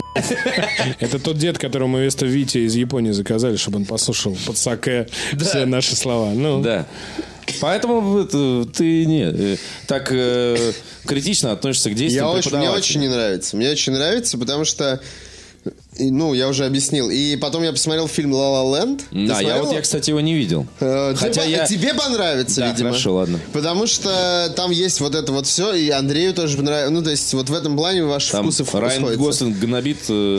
Это тот дед, которому вместо Вити из Японии заказали, чтобы он послушал под саке да. все наши слова. Ну. Да. Поэтому это, ты не так э, критично относишься к действиям я преподавателя. Очень, мне очень не нравится. Мне очень нравится, потому что... Ну, я уже объяснил. И потом я посмотрел фильм «Ла Ла Ленд». Да, я вот, я, кстати, его не видел. Э, Хотя тебе, я... тебе понравится, да, видимо. хорошо, ладно. Потому что там есть вот это вот все, и Андрею тоже понравится. Ну, то есть, вот в этом плане ваши там вкусы Райан сходятся. Гослинг гнобит... Э...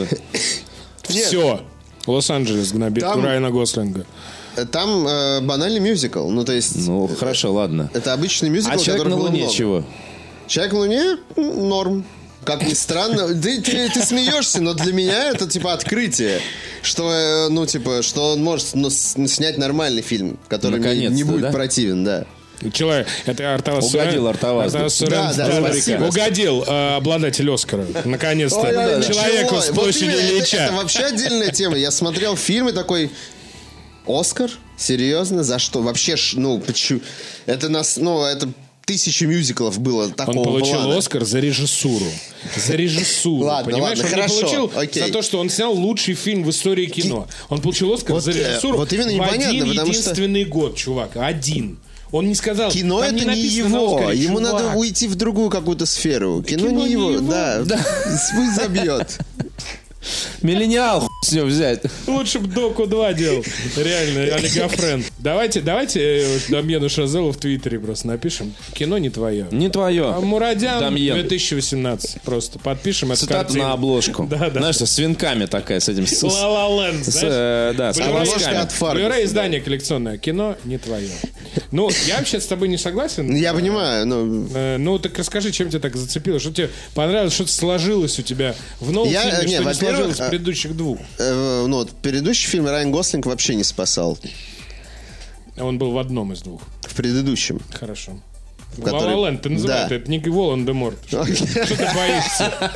Все. Лос-Анджелес гнобит там... Райана Гослинга. Там э, банальный мюзикл. Ну, то есть... Ну, хорошо, ладно. Это обычный мюзикл, а «Человек на Луне» много. чего? «Человек на Луне» норм. Как ни странно, ты, ты, ты смеешься, но для меня это типа открытие, что, ну, типа, что он может ну, снять нормальный фильм, который мне не будет да? противен, да. Человек, это Артавас. Угодил Артавас. Да, да, спасибо. Угодил э, обладатель Оскара. Наконец-то. Ой, да, человеку да. с площади вот Ильича. Это, это вообще отдельная тема. Я смотрел фильм и такой... Оскар? Серьезно? За что? Вообще, ну, почему? Это нас, ну, это... Тысячи мюзиклов было такого Он получил плана. Оскар за режиссуру. За режиссуру. Ладно, понимаешь? ладно, он хорошо. не получил Окей. за то, что он снял лучший фильм в истории кино. Он получил Оскар вот, за режиссуру вот именно в один единственный что... год, чувак. Один. Он не сказал... Кино это не, не его. Оскаре, Ему чувак. Надо уйти в другую какую-то сферу. Кино, Кино не, не его. его. Да. да. Пусть забьет. Миллениал, хуй с него взять. Лучше бы Доку два делал. Реально, олигофрен. Давайте, давайте Дамьену Шазелу в Твиттере просто напишем. Кино не твое. Не твое. А Мурадян Дамьен. две тысячи восемнадцать. Просто подпишем эту цитату картину. на обложку. Да, да. Знаешь, что, с венками такая, с этим... Ла-ла ленд, знаешь? Да, с обложками. Блюрей издание коллекционное. Кино не твое. Ну, я вообще с тобой не согласен. Я понимаю, но... Ну, так расскажи, чем тебя так зацепило? Что тебе понравилось? Что-то сложилось у тебя в новом я, фильме, не, что не сложилось в предыдущих двух? Э, ну, вот предыдущий фильм Райан Гослинг вообще не спасал. Он был в одном из двух. В предыдущем. Хорошо. Который... Ла-ла ленд, ты называешь да. это не Волан-де-Морт. Что ты боишься?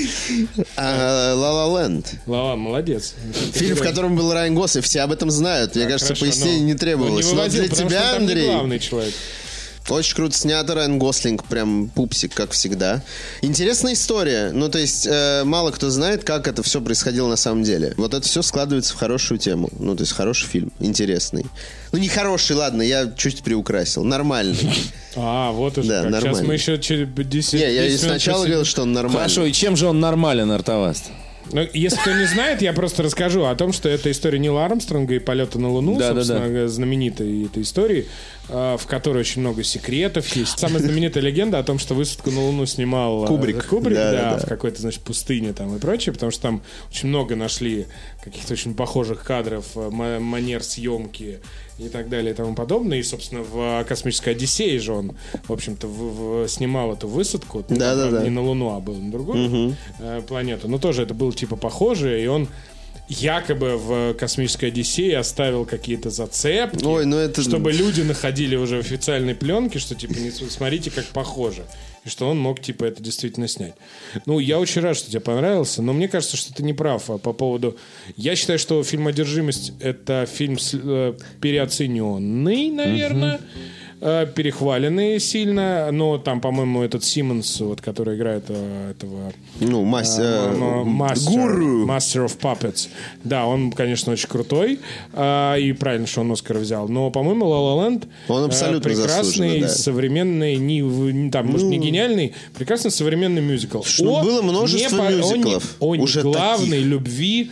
Ла-ла ленд. Ла-ла, молодец. Фильм, в котором был Райан Гослинг, все об этом знают. Мне кажется, пояснений не требовалось. Но для тебя, Андрей... главный человек. Очень круто снято, Райан Гослинг прям пупсик, как всегда. Интересная история. Ну, то есть, э, мало кто знает, как это все происходило на самом деле. Вот это все складывается в хорошую тему. Ну, то есть, хороший фильм, интересный. Ну, не хороший, ладно, я чуть приукрасил. Нормальный. А, вот уже да, как. Нормальный. Сейчас мы еще через десять... Не, я сначала говорил, что он нормальный. Хорошо, и чем же он нормален, Артаваст? Ну, если кто не знает, я просто расскажу о том, что это история Нила Армстронга и полета на Луну, да, собственно, да, да. знаменитой этой истории, в которой очень много секретов есть. Самая знаменитая легенда о том, что высадку на Луну снимал Кубрик, Кубрик да, да, да, да. в какой-то, значит, пустыне там и прочее, потому что там очень много нашли каких-то очень похожих кадров, манер съемки и так далее и тому подобное. И, собственно, в «Космической Одиссее» же он, в общем-то, в, в, снимал эту высадку. Да, да, да. Не на Луну, а был на другую угу. э, планету. Но тоже это было типа похоже, и он якобы в «Космической Одиссее» оставил какие-то зацепки, Ой, ну это... чтобы люди находили уже официальные пленки, что типа не смотрите, как похоже. И что он мог, типа, это действительно снять. Ну, я очень рад, что тебе понравился, но мне кажется, что ты не прав по поводу... Я считаю, что фильм «Одержимость» — это фильм э, переоцененный, наверное, э, перехваленный сильно, но там, по-моему, этот Симмонс, вот, который играет э, этого... Ну, мастер... Э, мастер Гуру! Master of Puppets. Да, он, конечно, очень крутой, э, и правильно, что он Оскар взял, но, по-моему, «Ла Ла Ленд» он абсолютно прекрасный, да. современный, не, не, там, ну, может, не гениальный, прекрасный современный мюзикл. Ну, о, было множество не, мюзиклов. О, о уже главной таких. любви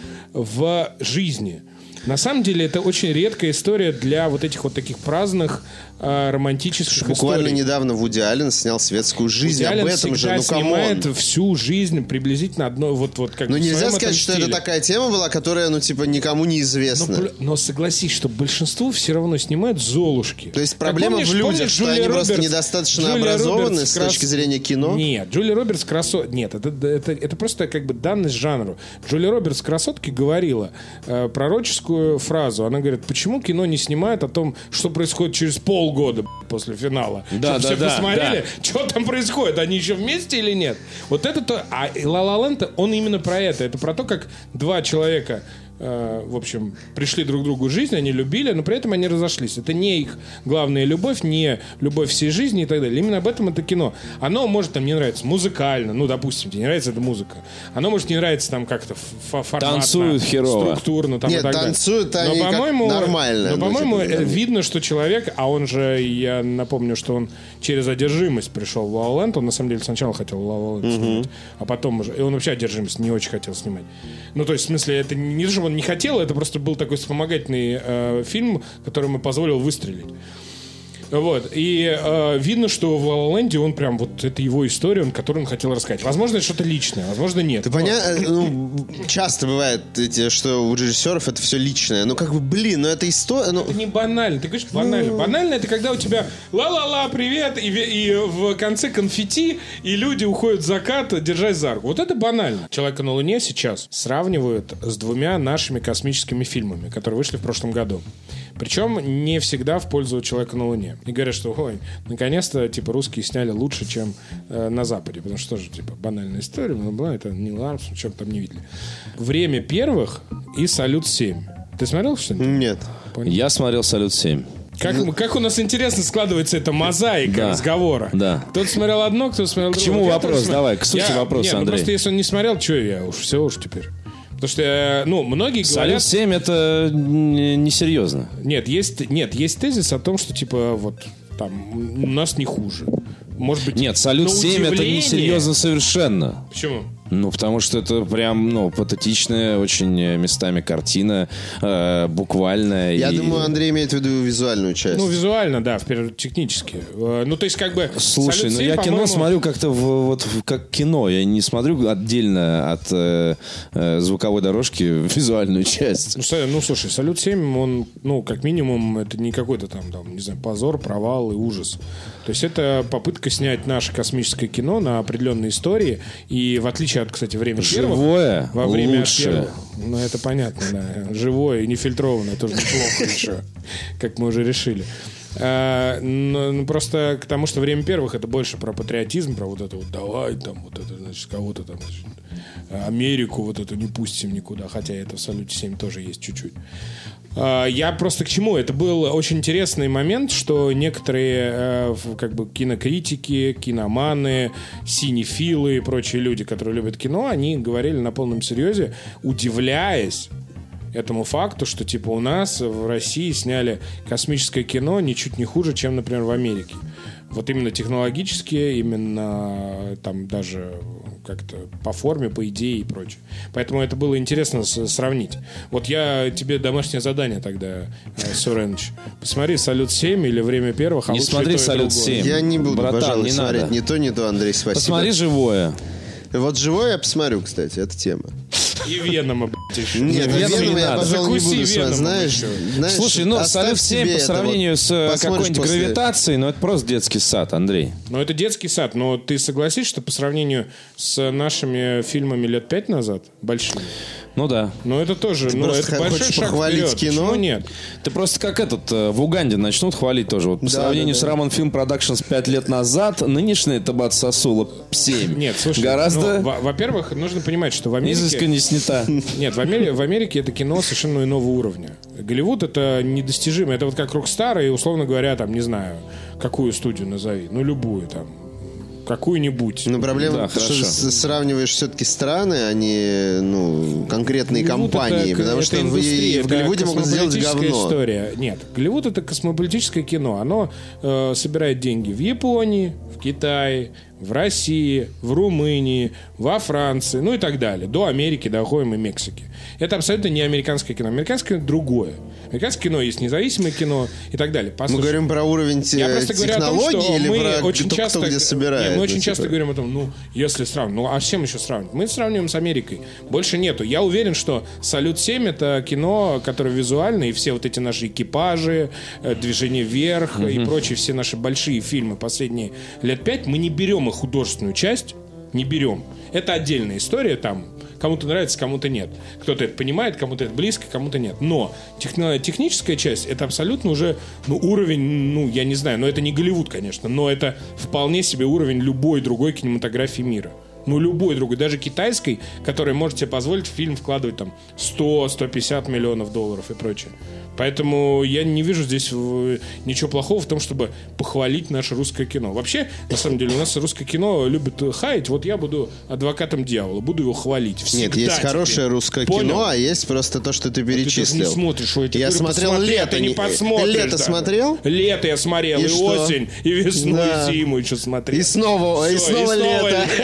в жизни. На самом деле, это очень редкая история для вот этих вот таких праздных э, романтических Буквально историй. недавно Вуди Аллен снял «Светскую жизнь». Вуди Аллен об этом же, ну снимает камон. всю жизнь приблизительно одно, вот, вот как Но бы нельзя сказать, что это такая тема была, которая, ну, типа, никому не известна. Но, но согласись, что большинство все равно снимают «Золушки». То есть проблема помнишь, в людях, помнишь, что Джулия они Робертс, просто недостаточно Джулия образованы Робертс с крас... точки зрения кино? Нет, Джулия Робертс красотка... Нет, это, это, это просто как бы данность жанру. Джулия Робертс красотки говорила э, пророческую фразу. Она говорит, почему кино не снимает о том, что происходит через полгода после финала? Да, Чтобы да, все да, посмотрели, да. что там происходит, они еще вместе или нет? Вот это то... А «Ла Ла Ленд», он именно про это. Это про то, как два человека... в общем, пришли друг к другу в жизнь, они любили, но при этом они разошлись. Это не их главная любовь, не любовь всей жизни и так далее. Именно об этом это кино. Оно может там не нравиться музыкально, ну, допустим, тебе не нравится эта музыка. Оно может не нравиться там как-то форматно, танцуют херово. структурно там, Нет, и так танцуют далее. они Но, по-моему, нормально. но, ну, по-моему, типа, да. видно, что человек, а он же, я напомню, что он через одержимость пришел в «Ла Ла Ленд». Он, на самом деле, сначала хотел «Ла Ла Ленд» снимать, а потом уже... И он вообще одержимость не очень хотел снимать. Ну, то есть, в смысле, это не то, что он не хотел, это просто был такой вспомогательный э, фильм, который ему позволил выстрелить. Вот. И э, видно, что в «Ла Ла Ленде» он прям вот это его история, он, которую он хотел рассказать. Возможно, это что-то личное, возможно, нет. Ты понятно, ну, часто бывает, эти, что у режиссеров это все личное. Ну, как бы, блин, ну это история. Ну... Это не банально. Ты говоришь банально. Банально — это когда у тебя ла-ла-ла, привет, и, и в конце конфетти, и люди уходят в закат, держась за руку. Вот это банально. «Человека на Луне» сейчас сравнивают с двумя нашими космическими фильмами, которые вышли в прошлом году. Причем не всегда в пользу «Человека на Луне». И говорят, что, ой, наконец-то, типа, русские сняли лучше, чем э, на Западе. Потому что тоже, типа, банальная история, бла-бла, это Нил Армстронг, чем там не видели. «Время первых» и «Салют-семь». Ты смотрел что-нибудь? Нет. Понял. Я смотрел «Салют-семь». Как, как у нас интересно складывается эта мозаика да, разговора. Да. Кто-то смотрел одно, кто-то смотрел другое. К другое. чему вопрос? Давай, к сути я, вопроса, нет, Андрей. Ну, просто если он не смотрел, что я уж, все уж теперь. Потому что, ну, многие говорят... «Салют-семь» — это несерьезно. Нет, есть, нет, есть тезис о том, что, типа, вот, там, у нас не хуже. Может быть... Нет, «Салют-семь» — это несерьезно совершенно. Почему? Ну, потому что это прям, ну, патетичная очень местами картина, э, буквальная. Я и... думаю, Андрей имеет в виду визуальную часть. Ну, визуально, да, вперед, технически. Ну, то есть, как бы... Слушай, ну я кино по-моему... смотрю как-то в, вот как кино. Я не смотрю отдельно от э, э, звуковой дорожки визуальную часть. Ну, ну, слушай, «Салют-семь», он, ну, как минимум, это не какой-то там, там, не знаю, позор, провал и ужас. То есть, это попытка снять наше космическое кино на определенные истории. И в отличие от, кстати, «Время первых». Живое во время лучше. Первых, ну, это понятно, да. Живое и нефильтрованное тоже неплохо еще, как мы уже решили. А, ну, просто к тому, что «Время первых» — это больше про патриотизм, про вот это вот давай, там, вот это, значит, кого-то там, значит, Америку вот эту не пустим никуда, хотя это в «Салюте-семь» тоже есть чуть-чуть. А, я просто к чему? Это был очень интересный момент, что некоторые как бы кинокритики, киноманы, синефилы и прочие люди, которые любят кино, они говорили на полном серьезе, удивляясь этому факту, что типа у нас в России сняли космическое кино ничуть не хуже, чем, например, в Америке. Вот именно технологически, именно там даже как-то по форме, по идее и прочее. Поэтому это было интересно с- сравнить. Вот я тебе домашнее задание тогда, э, Суренович. Посмотри «Салют-семь» или «Время первых», а не лучше смотри и то, и «Салют-семь». Я не буду, Братан, пожалуй, не смотреть надо. ни то, ни то, Андрей, спасибо. Посмотри «Живое». Вот «Живое» я посмотрю, кстати, это тема. И «Венома», блядь, еще. Нет, Веном «Веном» не я, надо. пожалуй, не Закуси буду смотреть. «Веном» Знаешь, еще. знаешь, Слушай, ну оставь «Салют-семь» себе по это сравнению вот. с э, Посмотришь какой-нибудь после- «Гравитацией», ну это просто детский сад, Андрей. Но это детский сад, но ты согласись, что по сравнению с нашими фильмами лет пять назад, большими, Ну да. но это тоже, ну, просто это х- большой хочешь шаг похвалить вперед. кино? Почему нет? Ты просто как этот, э, в Уганде начнут хвалить тоже. Вот по Да, сравнению да, с да. Рамон Фильм Продакшнс пять лет назад, нынешний Табат Сосула семь. Нет, слушай, гораздо ну, во- во-первых, нужно понимать, что в Америке... изысканнее снята. Нет, в Америке, в Америке это кино совершенно иного уровня. Голливуд — это недостижимо. Это вот как «Рокстар» и, условно говоря, там, не знаю, какую студию назови. Ну, любую там. Какую-нибудь. Но проблема, Да, что хорошо. с- сравниваешь все-таки страны, а не ну, конкретные Голливуд компании. это- потому это что в, индустрия, в это Голливуде могут сделать космополитическая говно. история. Нет, Голливуд — это космополитическое кино. Оно э, собирает деньги в Японии, в Китае, в России, в Румынии, во Франции, ну и так далее. До Америки доходим и Мексики. Это абсолютно не американское кино. Американское кино другое. Американское кино есть независимое кино и так далее. Мы Послушай, говорим про уровень те- я просто говорю о том, технологий что или мы про очень кто, часто, кто где собирает. Нет, мы очень ну, часто типа. говорим о том, ну, если сравнивать, ну, а с чем еще сравнивать? Мы сравниваем с Америкой. Больше нету. Я уверен, что «Салют-семь» — это кино, которое визуально, и все вот эти наши экипажи, э, «Движение вверх» и прочие все наши большие фильмы последние лет пять, мы не берем их художественную часть, не берем. Это отдельная история там. Кому-то нравится, кому-то нет. Кто-то это понимает, кому-то это близко, кому-то нет. Но техно- техническая часть — это абсолютно уже ну, уровень, ну, я не знаю, но это не Голливуд, конечно, но это вполне себе уровень любой другой кинематографии мира. Ну, любой другой, даже китайской, которая может себе позволить в фильм вкладывать там сто - сто пятьдесят миллионов долларов и прочее. Поэтому я не вижу здесь э, ничего плохого в том, чтобы похвалить наше русское кино. Вообще, на самом деле, у нас русское кино любит хаять. Вот я буду адвокатом дьявола, буду его хвалить. Всегда Нет, есть теперь. хорошее русское Понял? кино, а есть просто то, что ты Ты тоже перечислил. не смотришь, ой, Я говорю, смотрел посмотри, а «Лето». ты не не- посмотришь. «Лето» даже. смотрел? Лето я смотрел, И и, что? осень, и весну, Да. и зиму еще смотрел. И снова, и Всё, снова лето. лето.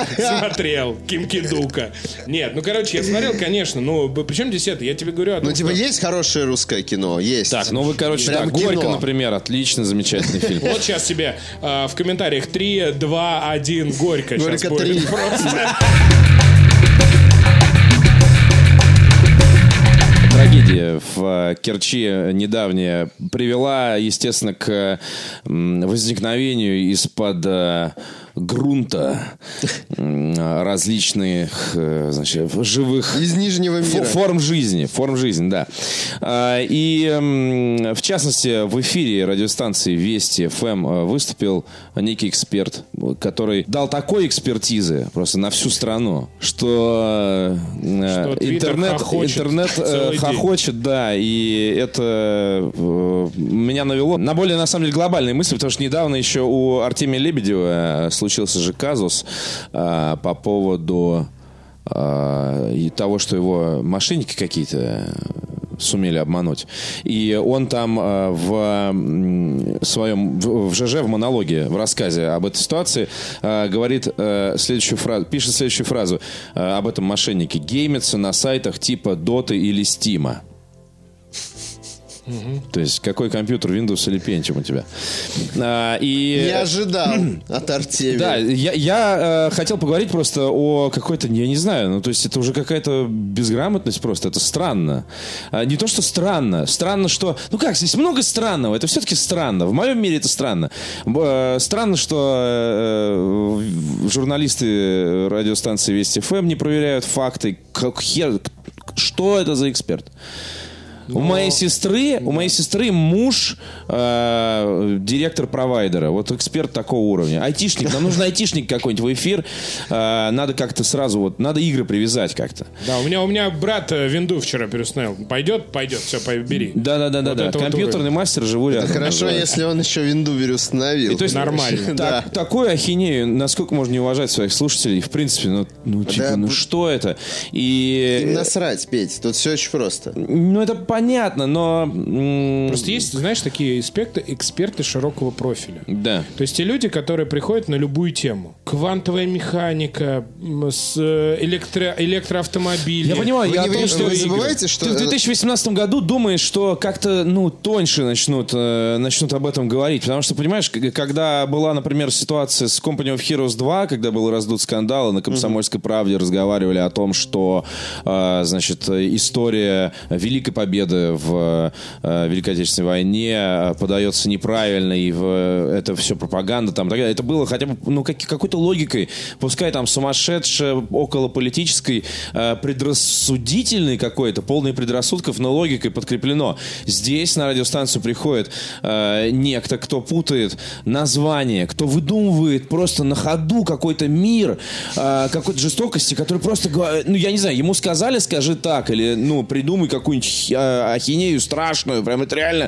смотрел Ким Ки-дука. Нет, ну, короче, я смотрел, конечно. Ну, причем здесь это? Я тебе говорю о том, Ну, типа, что... есть хорошее русское кино? Есть. Так, ну вы, короче, Прям да, «Горько», кино. например, отличный, замечательный фильм. Вот сейчас тебе э, в комментариях три, два, один, «Горько». «Горько» сейчас будет три. просто. Трагедия в Керчи недавняя привела, естественно, к возникновению из-под грунта различных, значит, живых Из Нижнего мира. форм жизни, форм жизни, да. И в частности в эфире радиостанции Вести эф эм выступил некий эксперт, который дал такой экспертизы просто на всю страну, что, Что интернет, хохочет интернет целый хохочет, да, и это меня навело на более, на самом деле, глобальные мысли, потому что недавно еще у Артемия Лебедева случился же казус а, по поводу а, и того, что его мошенники какие-то сумели обмануть. И он там а, в своем, в, в ЖЖ, в монологе, в рассказе об этой ситуации а, говорит а, следующую фразу, пишет следующую фразу а, об этом мошеннике. Геймятся на сайтах типа Доты или Стима. Угу. То есть какой компьютер, Windows или Pentium у тебя? А, и... Не ожидал от Артемия. Да, я, я э, хотел поговорить просто о какой-то, я не знаю, ну то есть это уже какая-то безграмотность просто, это странно. А, не то, что странно, странно, что... Ну как, здесь много странного, это все-таки странно. В моем мире это странно. Э, странно, что э, журналисты радиостанции Вести эф эм не проверяют факты. Как хер... Что это за эксперт? Но... У моей сестры, у моей сестры муж э, директор провайдера, вот эксперт такого уровня, айтишник, нам нужен айтишник какой-нибудь в эфир, э, надо как-то сразу вот, надо игры привязать как-то. Да, у меня у меня брат винду вчера переустановил, пойдет, пойдет, все, бери. Да, да, да, вот да, да. Компьютерный вот мастер, живу рядом. Хорошо, если он еще винду переустановил. И то есть нормально. Так, да. Такую ахинею, насколько можно не уважать своих слушателей, в принципе, ну, ну типа, да, ну что это? И им насрать, Петь, тут все очень просто. Ну это понятно, но... Просто есть, знаешь, такие эксперты, эксперты широкого профиля. Да. То есть те люди, которые приходят на любую тему. Квантовая механика, с электро, электроавтомобили. Я понимаю, вы я не, о том, вы, что... Вы забываете, что... Ты в две тысячи восемнадцатом году думаешь, что как-то, ну, тоньше начнут, э, начнут об этом говорить. Потому что, понимаешь, когда была, например, ситуация с Company of Heroes два, когда был раздут скандал, и на «Комсомольской правде» разговаривали о том, что, э, значит, история Великой Победы в в э, Великой Отечественной войне подается неправильно, и в, это все пропаганда там, так далее. Это было хотя бы ну, как, какой-то логикой, пускай там сумасшедшей, околополитической, э, предрассудительной какой-то, полной предрассудков, но логикой подкреплено. Здесь на радиостанцию приходит э, некто, кто путает название, кто выдумывает просто на ходу какой-то мир, э, какой-то жестокости, который просто, ну я не знаю, ему сказали, скажи так, или ну придумай какую-нибудь э, ахинею страшную, прям это реально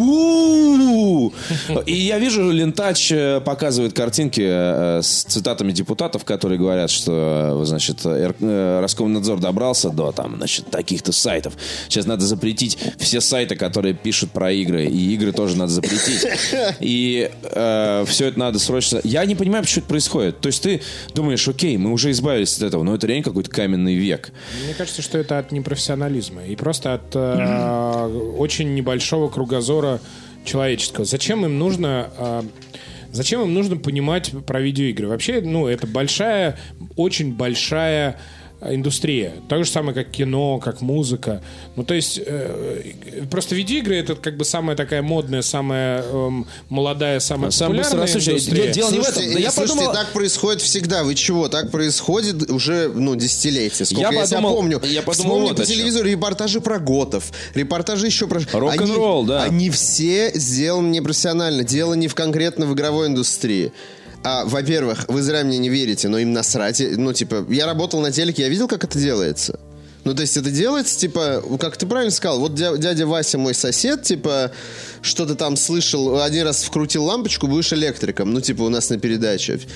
бу. И я вижу, Лентач показывает картинки с цитатами депутатов, которые говорят, что, значит, Роскомнадзор добрался до там, значит, таких-то сайтов. Сейчас надо запретить все сайты, которые пишут про игры, и игры тоже надо запретить. И э, все это надо срочно... Я не понимаю, почему это происходит. То есть ты думаешь, окей, мы уже избавились от этого, но это реально какой-то каменный век. Мне кажется, что это от непрофессионализма и просто от э, очень небольшого кругозора человеческого. Зачем им нужно... Э, зачем им нужно понимать про видеоигры? Вообще, ну, это большая, очень большая индустрия. Так же самое, как кино, как музыка. Ну, то есть, э, просто видеоигры — это как бы самая такая модная, самая э, молодая, самая Самый популярная индустрия. Дело не в этом. Да я слушайте, подумал... так происходит всегда. Вы чего? Так происходит уже, ну, десятилетия. Сколько я, я себя помню. Я подумал, Вспомни вот по телевизору репортажи про готов, репортажи еще про... Рок-н-ролл, да. Они все сделаны непрофессионально. Дело не в конкретно в игровой индустрии. А, во-первых, вы зря мне не верите, но им насрать. Ну, типа, я работал на телеке, я видел, как это делается. Ну, то есть это делается, типа, как ты правильно сказал, вот дя- дядя Вася мой сосед, типа, что-то там слышал, один раз вкрутил лампочку, будешь электриком. Ну, типа, у нас на передаче.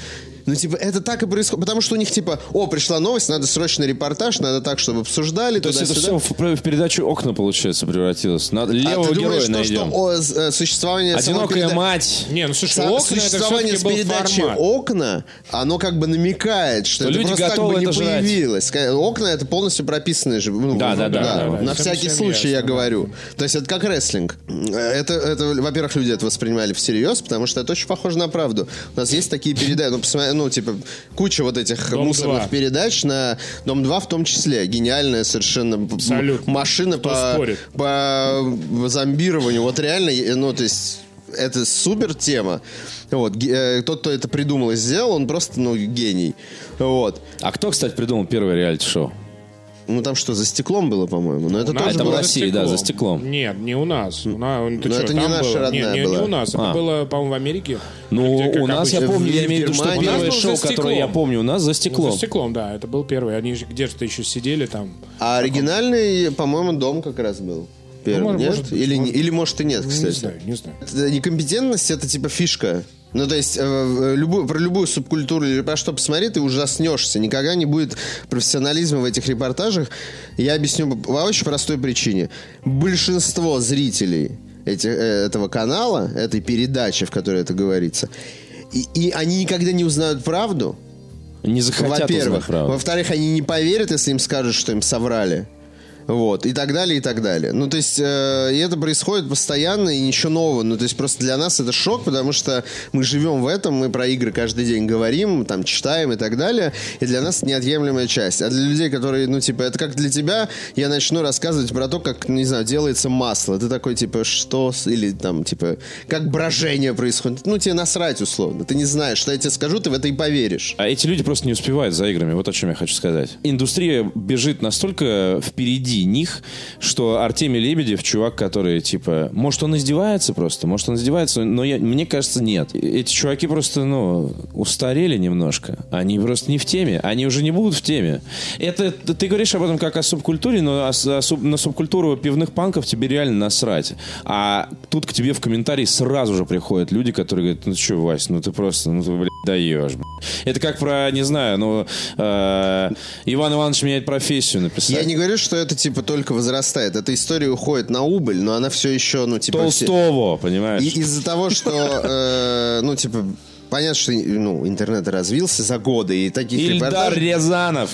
Ну, типа, это так и происходит. Потому что у них, типа, о, пришла новость, надо срочно репортаж, надо так, чтобы обсуждали. То есть это все в, в передачу «Окна», получается, превратилось. Надо левого а ты героя думаешь, найдем. То, что о, существование... «Одинокая переда... мать». Не, ну слушай, Со- «Окна» существование это с все-таки был передачи формат. «Окна», оно как бы намекает, что, Что это люди просто так готовы бы не это жрать. появилось. «Окна» — это полностью прописанные же. Ну, Да, да, да, да, да. На Всем- всякий всем случай я ясно, говорю. То есть это как рестлинг. Это, это, во-первых, люди это воспринимали всерьез, потому что это очень похоже на правду. У нас есть такие передачи, ну, посмотри, ну типа, куча вот этих Дом мусорных два. передач на Дом-два в том числе. Гениальная совершенно Абсолютно. машина Кто по, спорит? по зомбированию. Вот реально, ну, то есть... Это супер тема. Вот. Ге- э, Тот, кто это придумал и сделал, он просто, ну, гений. Вот. А кто, кстати, придумал первое реалити-шоу? Ну, там что, за стеклом было, по-моему? Но это У нас тоже это в было было... России, да, за стеклом. Нет, не у нас. У нас ты Но чё, это не там наша было? родная Нет, не, была. не у нас. Это А. было, по-моему, в Америке. Ну, Где, как у нас, я обычно, помню, в я имею в виду, что Германии. первое У нас был шоу, за которое я стеклом. помню, у нас за Ну, стеклом. за стеклом, да, это был первый. Они же где-то еще сидели там. А оригинальный, по-моему, Дом как раз был. Первый, может, нет? может, или, может. Не, или может и нет, Не кстати. знаю, не знаю. Это некомпетентность — это типа фишка. Ну, то есть, э, любую, про любую субкультуру или про что посмотри, ты ужаснешься. Никогда не будет профессионализма в этих репортажах. Я объясню по очень простой причине. Большинство зрителей эти, э, этого канала, этой передачи, в которой это говорится, и, и они никогда не узнают правду. Не захотят узнать Во-первых. правду. Во-вторых, они не поверят, если им скажут, что им соврали. Вот, и так далее, и так далее. Ну, то есть, э, и это происходит постоянно, и ничего нового. Ну, то есть, просто для нас это шок, потому что мы живем в этом, мы про игры каждый день говорим, там, читаем и так далее, и для нас неотъемлемая часть. А для людей, которые, ну, типа, это как для тебя, я начну рассказывать про то, как, не знаю, делается масло. Ты такой, типа, что? Или, там, типа, как брожение происходит. Ну, тебе насрать, условно. Ты не знаешь, что я тебе скажу, ты в это и поверишь. А эти люди просто не успевают за играми. Вот о чем я хочу сказать. Индустрия бежит настолько впереди них, что Артемий Лебедев, чувак, который, типа... Может, он издевается просто? Может, он издевается? Но я, мне кажется, нет. Эти чуваки просто, ну, устарели немножко. Они просто не в теме. Они уже не будут в теме. Это... Ты говоришь об этом как о субкультуре, но о, о суб, на субкультуру пивных панков тебе реально насрать. А тут к тебе в комментарии сразу же приходят люди, которые говорят, ну что, Вась, ну ты просто, ну ты, блядь, даешь. Блядь. Это как про, не знаю, ну... Э, Иван Иванович меняет профессию написать. Я не говорю, что это, типа, только возрастает. Эта история уходит на убыль, но она все еще, ну, типа... Толстого, все... понимаешь? И из-за того, что, э, ну, типа, понятно, что, ну, интернет развился за годы, и таких Ильдар репортажей... Рязанов.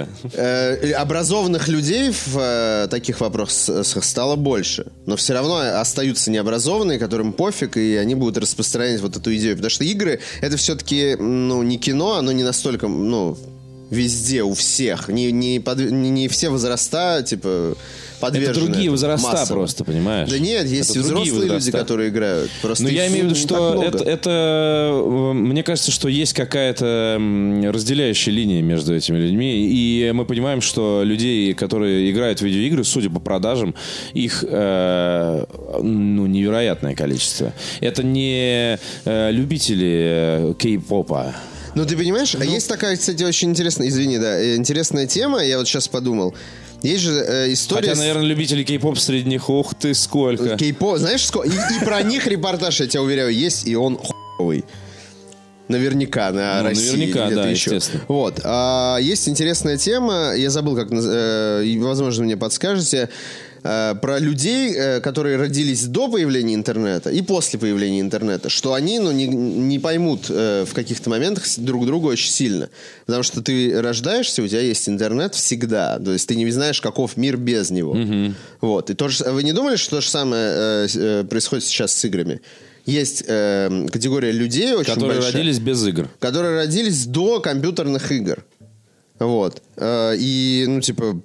Э, образованных людей в э, таких вопросах стало больше. Но все равно остаются необразованные, которым пофиг, и они будут распространять вот эту идею. Потому что игры — это все-таки, ну, не кино, оно не настолько, ну... Везде, у всех. Не, не, под, не, не все возраста, типа, подвержены. Это другие возраста массово. просто, понимаешь? Да нет, есть Это и другие взрослые возраста. люди, которые играют. Просто Но их, я имею в виду, ну, не так что много. это, это... Мне кажется, что есть какая-то м, разделяющая линия между этими людьми. И мы понимаем, что людей, которые играют в видеоигры, судя по продажам, их э, ну, невероятное количество. Это не э, любители кей-попа. Ну, ты понимаешь, ну, есть такая, кстати, очень интересная, извини, да, интересная тема, я вот сейчас подумал. Есть же э, история... Хотя, наверное, любители кей-поп среди них, ух ты, сколько. Кей-поп, знаешь, сколько? И, и про них репортаж, я тебя уверяю, есть, и он хуевый. Наверняка на ну, России. Наверняка, да, еще. естественно. Вот. А, есть интересная тема, я забыл, как... Э, возможно, мне подскажете. Про людей, которые родились до появления интернета и после появления интернета, что они, ну, не, не поймут в каких-то моментах друг друга очень сильно. Потому что ты рождаешься, у тебя есть интернет всегда. То есть ты не знаешь, каков мир без него. Mm-hmm. Вот. И то же, вы не думали, что то же самое э, происходит сейчас с играми? Есть э, категория людей очень которые большая, родились без игр. Которые родились до компьютерных игр. Вот. Э, и, ну, типа...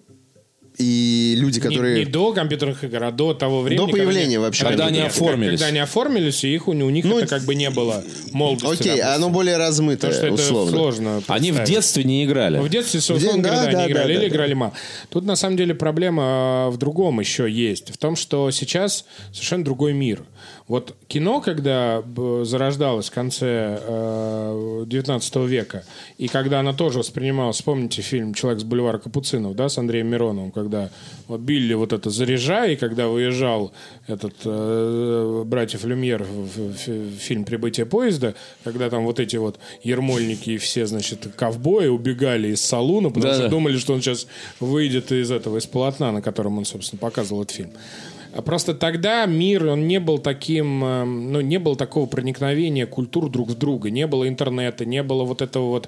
И люди, которые... Не, не до компьютерных игр, а до того времени... До появления когда вообще. Когда они оформились. Когда они оформились, и их, у них ну, это как бы не было молодости. Окей, допустим. Оно более размытое, Потому что условно. Это сложно. Они в детстве не играли. В детстве, В условно день, говоря, да, да, да, не играли да, или да, играли да. мало. Тут, на самом деле, проблема в другом еще есть. В том, что сейчас совершенно другой мир. Вот кино, когда зарождалось в конце э, девятнадцатого века, и когда оно тоже воспринималось, вспомните фильм «Человек с бульвара Капуцинов», да, с Андреем Мироновым, когда вот Билли вот это заряжай, и когда выезжал этот э, братьев Люмьер в, в, в фильм «Прибытие поезда», когда там вот эти вот ермольники и все, значит, ковбои убегали из салуна, потому Да-да. что думали, что он сейчас выйдет из этого, из полотна, на котором он, собственно, показывал этот фильм. Просто тогда мир, он не был таким, ну, не было такого проникновения культур друг в друга, не было интернета, не было вот этого вот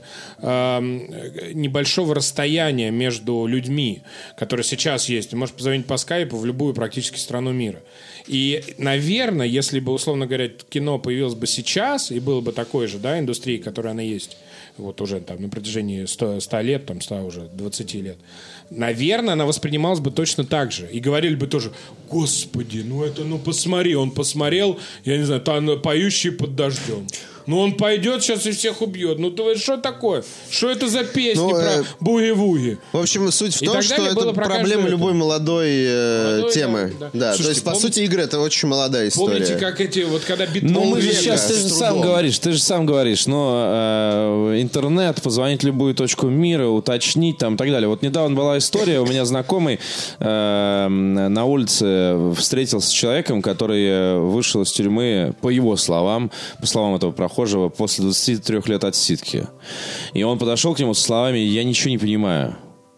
э, небольшого расстояния между людьми, которое сейчас есть. Ты можешь позвонить по скайпу в любую практически страну мира. И, наверное, если бы, условно говоря, кино появилось бы сейчас, и было бы такой же, да, индустрии, которая она есть, вот уже там на протяжении ста лет, там ста уже двадцати лет, наверное, она воспринималась бы точно так же. И говорили бы тоже: господи, ну это, ну посмотри, он посмотрел, я не знаю, там «Поющий под дождем». Ну он пойдет сейчас и всех убьет. Ну ты что такое? Что это за песни Ну, про э, буги-вуги? В общем, суть в И том, так что далее было это про проблема каждую любой эту. молодой, э, Молодой, темы. да, да. Да, то Слушайте, есть, по помните- сути, игры — это очень молодая история. Помните, как эти, вот когда Битлз... Ну, мы же века, сейчас, ты же с сам трудом. говоришь, ты же сам говоришь, но э, интернет, позвонить в любую точку мира, уточнить там и так далее. Вот недавно была история, у меня знакомый э, на улице встретился с человеком, который вышел из тюрьмы, по его словам, по словам этого прохожего, после двадцати трёх лет отсидки. И он подошел к нему со словами: «Я ничего не понимаю».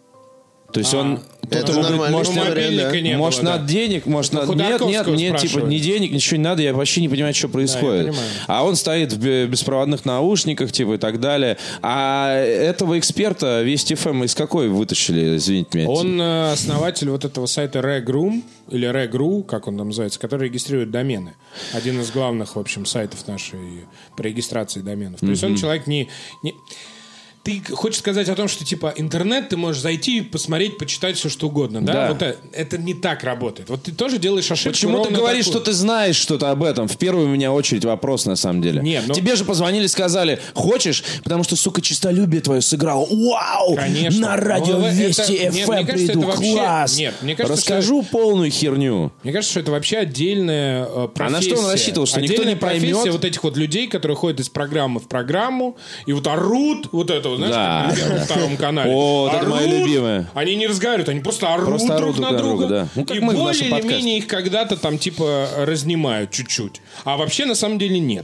То есть А. он... Это Кто-то говорит, нормальный может, Ну, вариант, мобильника да. не было, может, да. надо денег, может, Ну, надо... Нет, нет, Ходорковского мне типа спрашивали. ни денег, ничего не надо, я вообще не понимаю, что происходит. понимаю. А он стоит в бе- беспроводных наушниках, типа, и так далее. А этого эксперта Вести эф эм из какой вытащили, извините меня? Он э, основатель вот этого сайта Reg.ru или Reg.ru, как он там называется, который регистрирует домены. Один из главных, в общем, сайтов нашей по регистрации доменов. То есть он человек не... не... Ты хочешь сказать о том, что типа интернет, ты можешь зайти, посмотреть, почитать все, что угодно, да? Да. Вот это, это не так работает. Вот ты тоже делаешь ошибку. Почему ты ровно говоришь, такую. что ты знаешь что-то об этом? В первую у меня очередь вопрос, на самом деле. Нет, ну- Тебе же позвонили, сказали: хочешь? Потому что, сука, честолюбие твое сыграло. Вау! Конечно. На радио Ну, это- Вести нет, эф мне эм кажется, приду. это вообще- Класс! нет, мне кажется, Расскажу полную херню. Мне кажется, что это вообще отдельная э, профессия. А на что он рассчитывал, что никто Отдельная не поймет? профессия вот этих вот людей, которые ходят из программы в программу и вот орут, вот это, вот, знаешь, Да. как на Первом, втором канале. О, вот это моя Орут, любимая. Они не разговаривают, они просто орут Просто друг орут на друг на друга. друга, да. Ну, как и мы в более нашем или подкасте. менее их когда-то там типа разнимают чуть-чуть. А вообще на самом деле нет.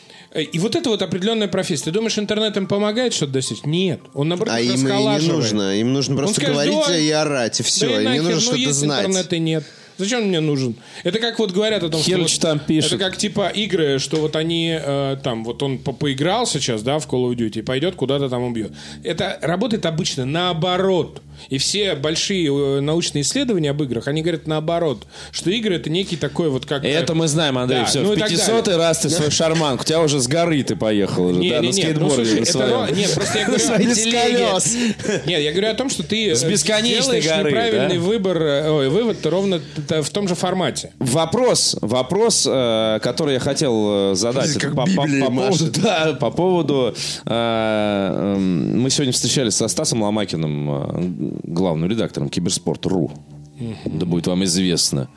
И вот это вот определенная профессия. Ты думаешь, интернет им помогает что-то достичь? Нет. Он, наоборот, А их им и не расхолаживает. нужно. Им нужно Он просто скажет: говорить «Да, и орать, и все. да и Им не нахер, нужно ну, что-то есть знать. интернет и нет. Зачем он мне нужен? Это как вот говорят о том, Херыч что... там вот, пишет. это как типа игры, что вот они э, там, вот он по поиграл сейчас, да, в Call of Duty, и пойдет куда-то там убьет. Это работает обычно наоборот. И все большие э, научные исследования об играх, они говорят наоборот, что игры — это некий такой вот как... Это мы знаем, Андрей. Да, Все, ну в и так пятисотый далее. раз ты свой шарманку. У тебя уже с горы ты поехал уже, Не, да, не, на не, ну, скейтборде слушай, на это, своем. ну, нет, просто я говорю... своей Без телеге. колес. Нет, я говорю о том, что ты С э, бесконечной делаешь горы, неправильный да? выбор, э, ой, вывод ровно т- в том же формате. Вопрос, вопрос, э, который я хотел э, задать, Как это по, по- Библией по поводу, машет. да, по поводу, э, э, мы сегодня встречались со Стасом Ломакиным, э, главным редактором Киберспорт точка ру, да будет вам известно,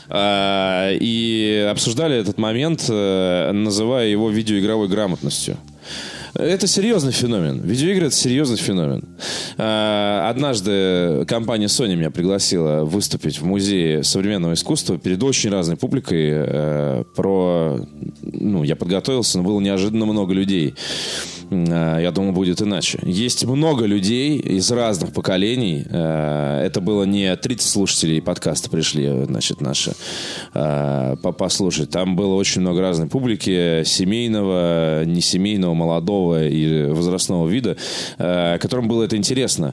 Э, и обсуждали этот момент, э, называя его видеоигровой грамотностью. Это серьезный феномен. Видеоигры — это серьезный феномен. Э, Однажды компания Sony меня пригласила выступить в музее современного искусства перед очень разной публикой. э, Про... Ну, я подготовился, но было неожиданно много людей. Э, Я думал, будет иначе. Есть много людей из разных поколений. Э, Это было не тридцать слушателей подкаста пришли, значит, наши э, по- послушать. Там было очень много разной публики, семейного, несемейного, молодого и возрастного вида, э, которым было это интересно.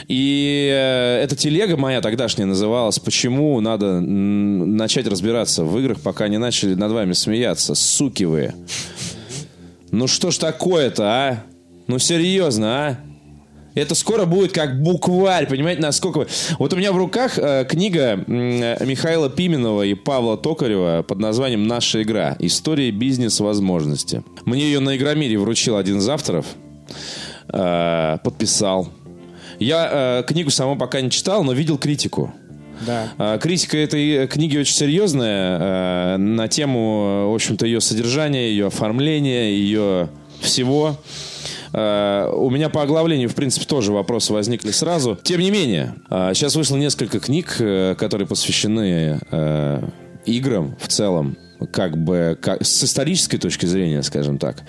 И э, эта телега моя тогдашняя называлась «Почему надо м, начать разбираться в играх, пока не начали над вами смеяться, суки вы». Ну что ж такое-то, а? Ну серьезно, а? Это скоро будет как букварь, понимаете, насколько вы... Вот у меня в руках э, книга м, Михаила Пименова и Павла Токарева под названием «Наша игра. История бизнес-возможности». Мне ее на Игромире вручил один из авторов, э, подписал. Я э, книгу саму пока не читал, но видел критику. Да. А, Критика этой книги очень серьезная э, на тему, в общем-то, ее содержания, ее оформления, ее всего. э, у меня по оглавлению, в принципе, тоже вопросы возникли сразу. Тем не менее, э, сейчас вышло несколько книг, э, которые посвящены э, играм в целом. Как бы как, с исторической точки зрения, скажем так.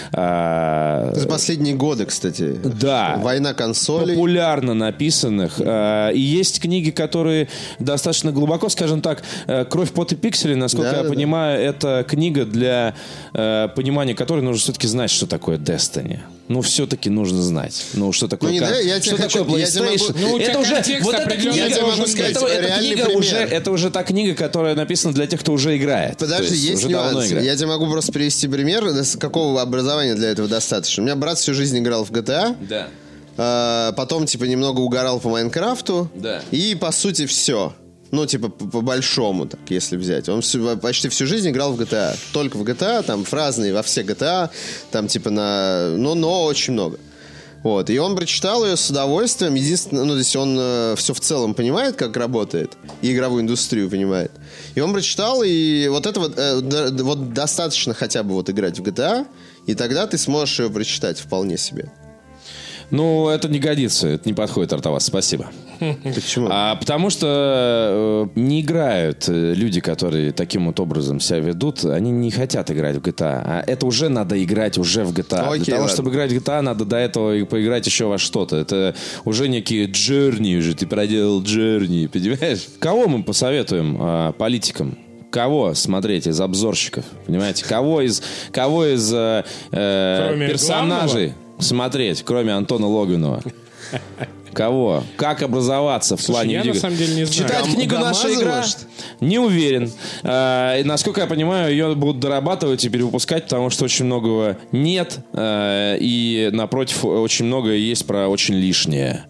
А, За последние годы, кстати. Да. Война консолей. Популярно написанных. А, и есть книги, которые достаточно глубоко, скажем так, «Кровь, пот и пиксели», насколько да, я да, понимаю, да. это книга для э, понимания которой нужно все-таки знать, что такое Destiny. Ну, все-таки нужно знать. Ну, что такое, ну, не, да, я что хочу, такое я PlayStation. Могу, ну, это уже, вот эта книга, я тебе могу сказать, это, эта реальный книга пример. уже, это уже та книга, которая написана для тех, кто уже играет. Подожди, есть, есть нюанс. Я тебе могу просто привести пример, с какого образования для этого достаточно. У меня брат всю жизнь играл в джи ти эй. Да. А, потом, типа, немного угорал по Майнкрафту. Да. И, по сути, все. Ну, типа, по-большому, так, если взять. Он всю, почти всю жизнь играл в джи ти эй. Только в джи ти эй, там, в разные, во все джи ти эй. Там, типа, на... Ну, но очень много. Вот. И он прочитал ее с удовольствием. Единственное, ну, то есть он э, все в целом понимает, как работает. И игровую индустрию понимает. И он прочитал, и вот это вот, э, да, вот достаточно хотя бы вот играть в джи ти эй, и тогда ты сможешь ее прочитать вполне себе. Ну, это не годится, это не подходит, Артавас, спасибо. Почему? А, потому что э, не играют люди, которые таким вот образом себя ведут, они не хотят играть в джи ти эй. А это уже надо играть уже в джи ти эй. Окей, Для того, ладно. чтобы играть в джи ти эй, надо до этого и поиграть еще во что-то. Это уже некие джерни уже, ты проделал джерни, понимаешь? Кого мы посоветуем э, политикам? Кого смотреть из обзорщиков? Понимаете? Кого из, кого из э, э, персонажей главного? Смотреть, кроме Антона Логвинова? Кого? Как образоваться в Слушай, плане я видео... на самом деле не знаю. Читать Гам- книгу Гамаза, «Наша игра»? может? Не уверен. А, и, насколько я понимаю, ее будут дорабатывать и перевыпускать, потому что очень многого нет. А, и, напротив, очень многое есть про очень лишнее.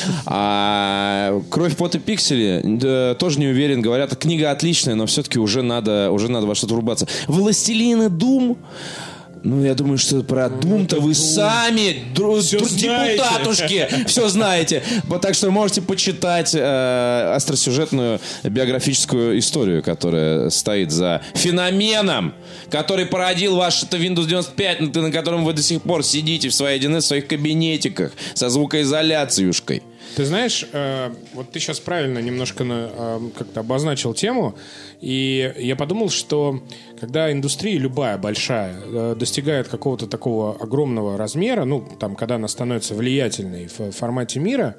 А «Кровь, пот и пиксели» да, тоже не уверен. Говорят, книга отличная, но все-таки уже надо, уже надо во что-то врубаться. «Властелин и Дум». Ну, я думаю, что про Дум-то вы сами, дру, Все дру, знаете. депутатушки, все знаете. Вот так что можете почитать э, остросюжетную биографическую историю, которая стоит за феноменом, который породил ваш это Windows девяносто пять, на, на котором вы до сих пор сидите в своей один эс, в своих кабинетиках со звукоизоляциюшкой. Ты знаешь, э, вот ты сейчас правильно немножко на, э, как-то обозначил тему, и я подумал, что когда индустрия любая, большая, э, достигает какого-то такого огромного размера, ну, там, когда она становится влиятельной в формате мира,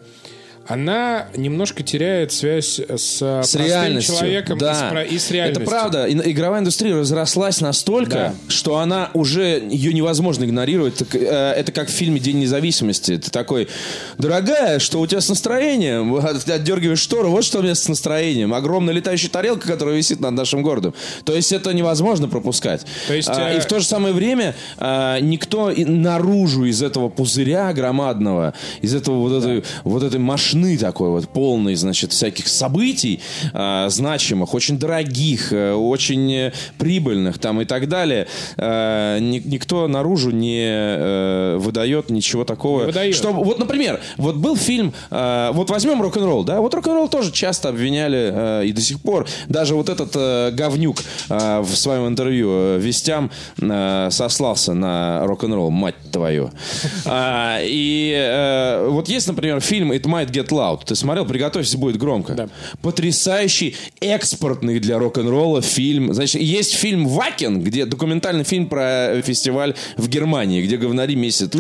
она немножко теряет связь с, с простым реальностью, человеком да. и, с, про- и с реальностью. Это правда. И- Игровая индустрия разрослась настолько, Да. что она уже, ее невозможно игнорировать. Так, э, это как в фильме «День независимости». Ты такой, дорогая, что у тебя с настроением? Ты отдергиваешь штору, вот что у меня с настроением. Огромная летающая тарелка, которая висит над нашим городом. То есть это невозможно пропускать. То есть, А, э, и в то же самое время а, никто и наружу из этого пузыря громадного, из этого вот этой, вот этой машины такой вот полной, значит, всяких событий а, значимых, очень дорогих, а, очень э, прибыльных там и так далее, а, ни, никто наружу не а, выдает ничего такого. Не выдает. Что, вот, например, вот был фильм, а, вот возьмем рок-н-ролл, да, вот рок-н-ролл тоже часто обвиняли а, и до сих пор, даже вот этот а, говнюк а, в своем интервью а, Вестям а, сослался на рок-н-ролл, мать твою. А, и а, вот есть, например, фильм «It Might Get Loud». Ты смотрел? Приготовься, будет громко. Да. Потрясающий, экспортный для рок-н-ролла фильм. Значит, есть фильм «Вакен», где документальный фильм про фестиваль в Германии, где говнари месят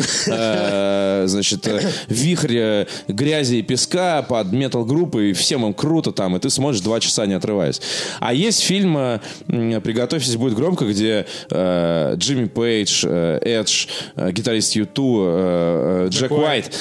э, значит, э, вихрь э, грязи и песка под метал-группы, и всем им круто там, и ты смотришь два часа не отрываясь. А есть фильм э, «Приготовьтесь, будет громко», где э, Джимми Пейдж, э, Эдж, э, гитарист ю ту, э, э, Джек Уайт,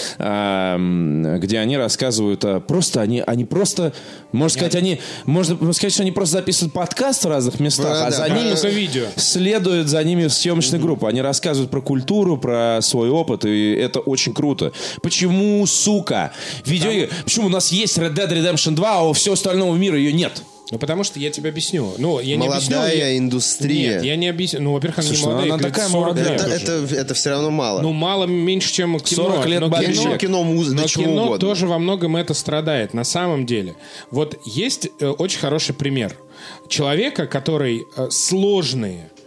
э, где они рассказывают, а просто они, они просто, можно сказать, они, можно сказать, что они просто записывают подкаст в разных местах, Да, а да, за да. ними Это видео. следует за ними съемочная группа. Они рассказывают про культуру, про свой опыт, и это очень круто. Почему, сука, видеоигры? Почему у нас есть Red Dead Redemption два, а у всего остального мира ее нет? Ну, потому что я тебе объясню. Ну, я не объясню. Молодая я- индустрия. Нет, я не объясню. Ну, во-первых, она не Слушай, ну молодая, она лет такая сорок молодая. лет Это, уже. это, это все равно мало. Ну, мало меньше, чем кино. сорок лет но бабье. кино, кино, кино, музыка, но да чего кино угодно. тоже во многом это страдает, на самом деле. Вот есть э, очень хороший пример. Человека, который э, сложные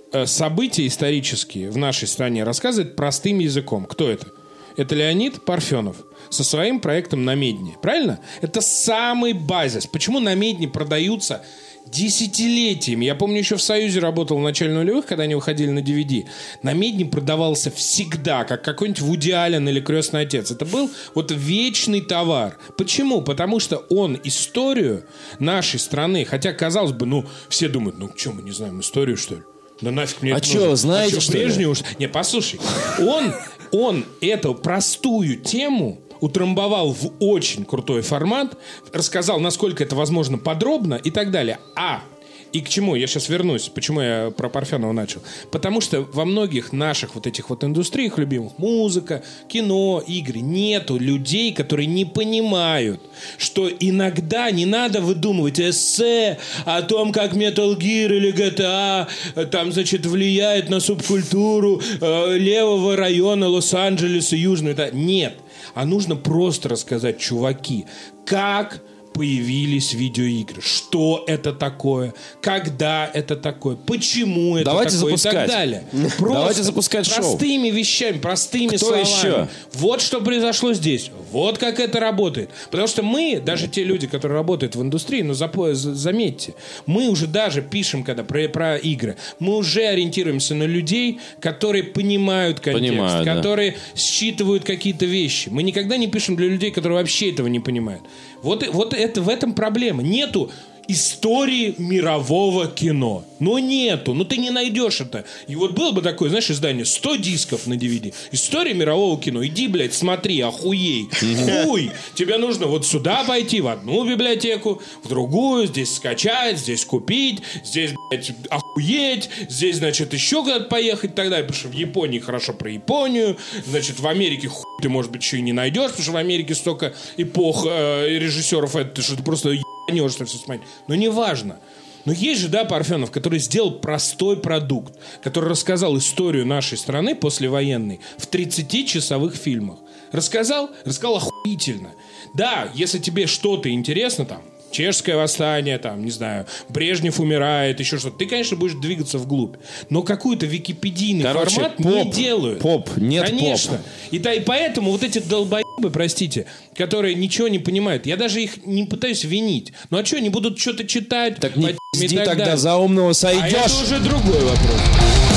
э, события исторические в нашей стране рассказывает простым языком. Кто это? Это Леонид Парфенов со своим проектом «Намедни». Правильно? Это самый базис. Почему «Намедни» продаются десятилетиями? Я помню, еще в «Союзе» работал в начале нулевых, когда они выходили на ди ви ди. «Намедни» продавался всегда, как какой-нибудь Вуди Аллен или «Крестный отец». Это был вот вечный товар. Почему? Потому что он историю нашей страны, хотя, казалось бы, ну, все думают, ну, что, мы не знаем историю, что ли? Да нафиг мне а это что, нужно? знаете, а что Брежнев уж... Не, послушай. Он, он эту простую тему утрамбовал в очень крутой формат, рассказал, насколько это возможно подробно и так далее. А и к чему? Я сейчас вернусь. Почему я про Парфенова начал? Потому что во многих наших вот этих вот индустриях любимых, музыка, кино, игры, нету людей, которые не понимают, что иногда не надо выдумывать эссе о том, как Metal Gear или джи ти эй там, значит, влияет на субкультуру э, левого района Лос-Анджелеса, Южного. Нет. А нужно просто рассказать, чуваки, как появились видеоигры, что это такое, когда это такое, почему это Давайте такое запускать. И так далее. Просто Давайте запускать шоу. Простыми вещами, простыми Кто словами. еще? Вот что произошло здесь. Вот как это работает. Потому что мы, даже те люди, которые работают в индустрии, ну, запо- заметьте, мы уже даже пишем, когда про, про игры, мы уже ориентируемся на людей, которые понимают контекст, Понимаю, да. которые считывают какие-то вещи. Мы никогда не пишем для людей, которые вообще этого не понимают. Вот, вот это, в этом проблема. Нету истории мирового кино. Ну, нету. Ну, ты не найдешь это. И вот было бы такое, знаешь, издание сто дисков на ди ви ди. История мирового кино. Иди, блядь, смотри, охуей. Хуй. Тебе нужно вот сюда пойти, в одну библиотеку, в другую, здесь скачать, здесь купить, здесь, блядь, охуеть, здесь, значит, еще куда-то поехать и так далее. Потому что в Японии хорошо про Японию. Значит, в Америке хуй ты, может быть, еще и не найдешь, потому что в Америке столько эпох э, режиссеров, это, что ты просто ебанешь на все смотреть. Но неважно. Но есть же, да, Парфенов, который сделал простой продукт, который рассказал историю нашей страны послевоенной в тридцатичасовых фильмах. Рассказал? Рассказал охуительно. Да, если тебе что-то интересно, там, Чешское восстание, там, не знаю, Брежнев умирает, еще что-то. Ты, конечно, будешь двигаться вглубь. Но какой-то википедийный Короче, формат поп, не делают. Поп, нет конечно. поп. И, да, и поэтому вот эти долбоебы, простите, которые ничего не понимают, я даже их не пытаюсь винить. Ну а что, они будут что-то читать? Так не и пизди так тогда, далее. за умного сойдешь. А это уже другой вопрос.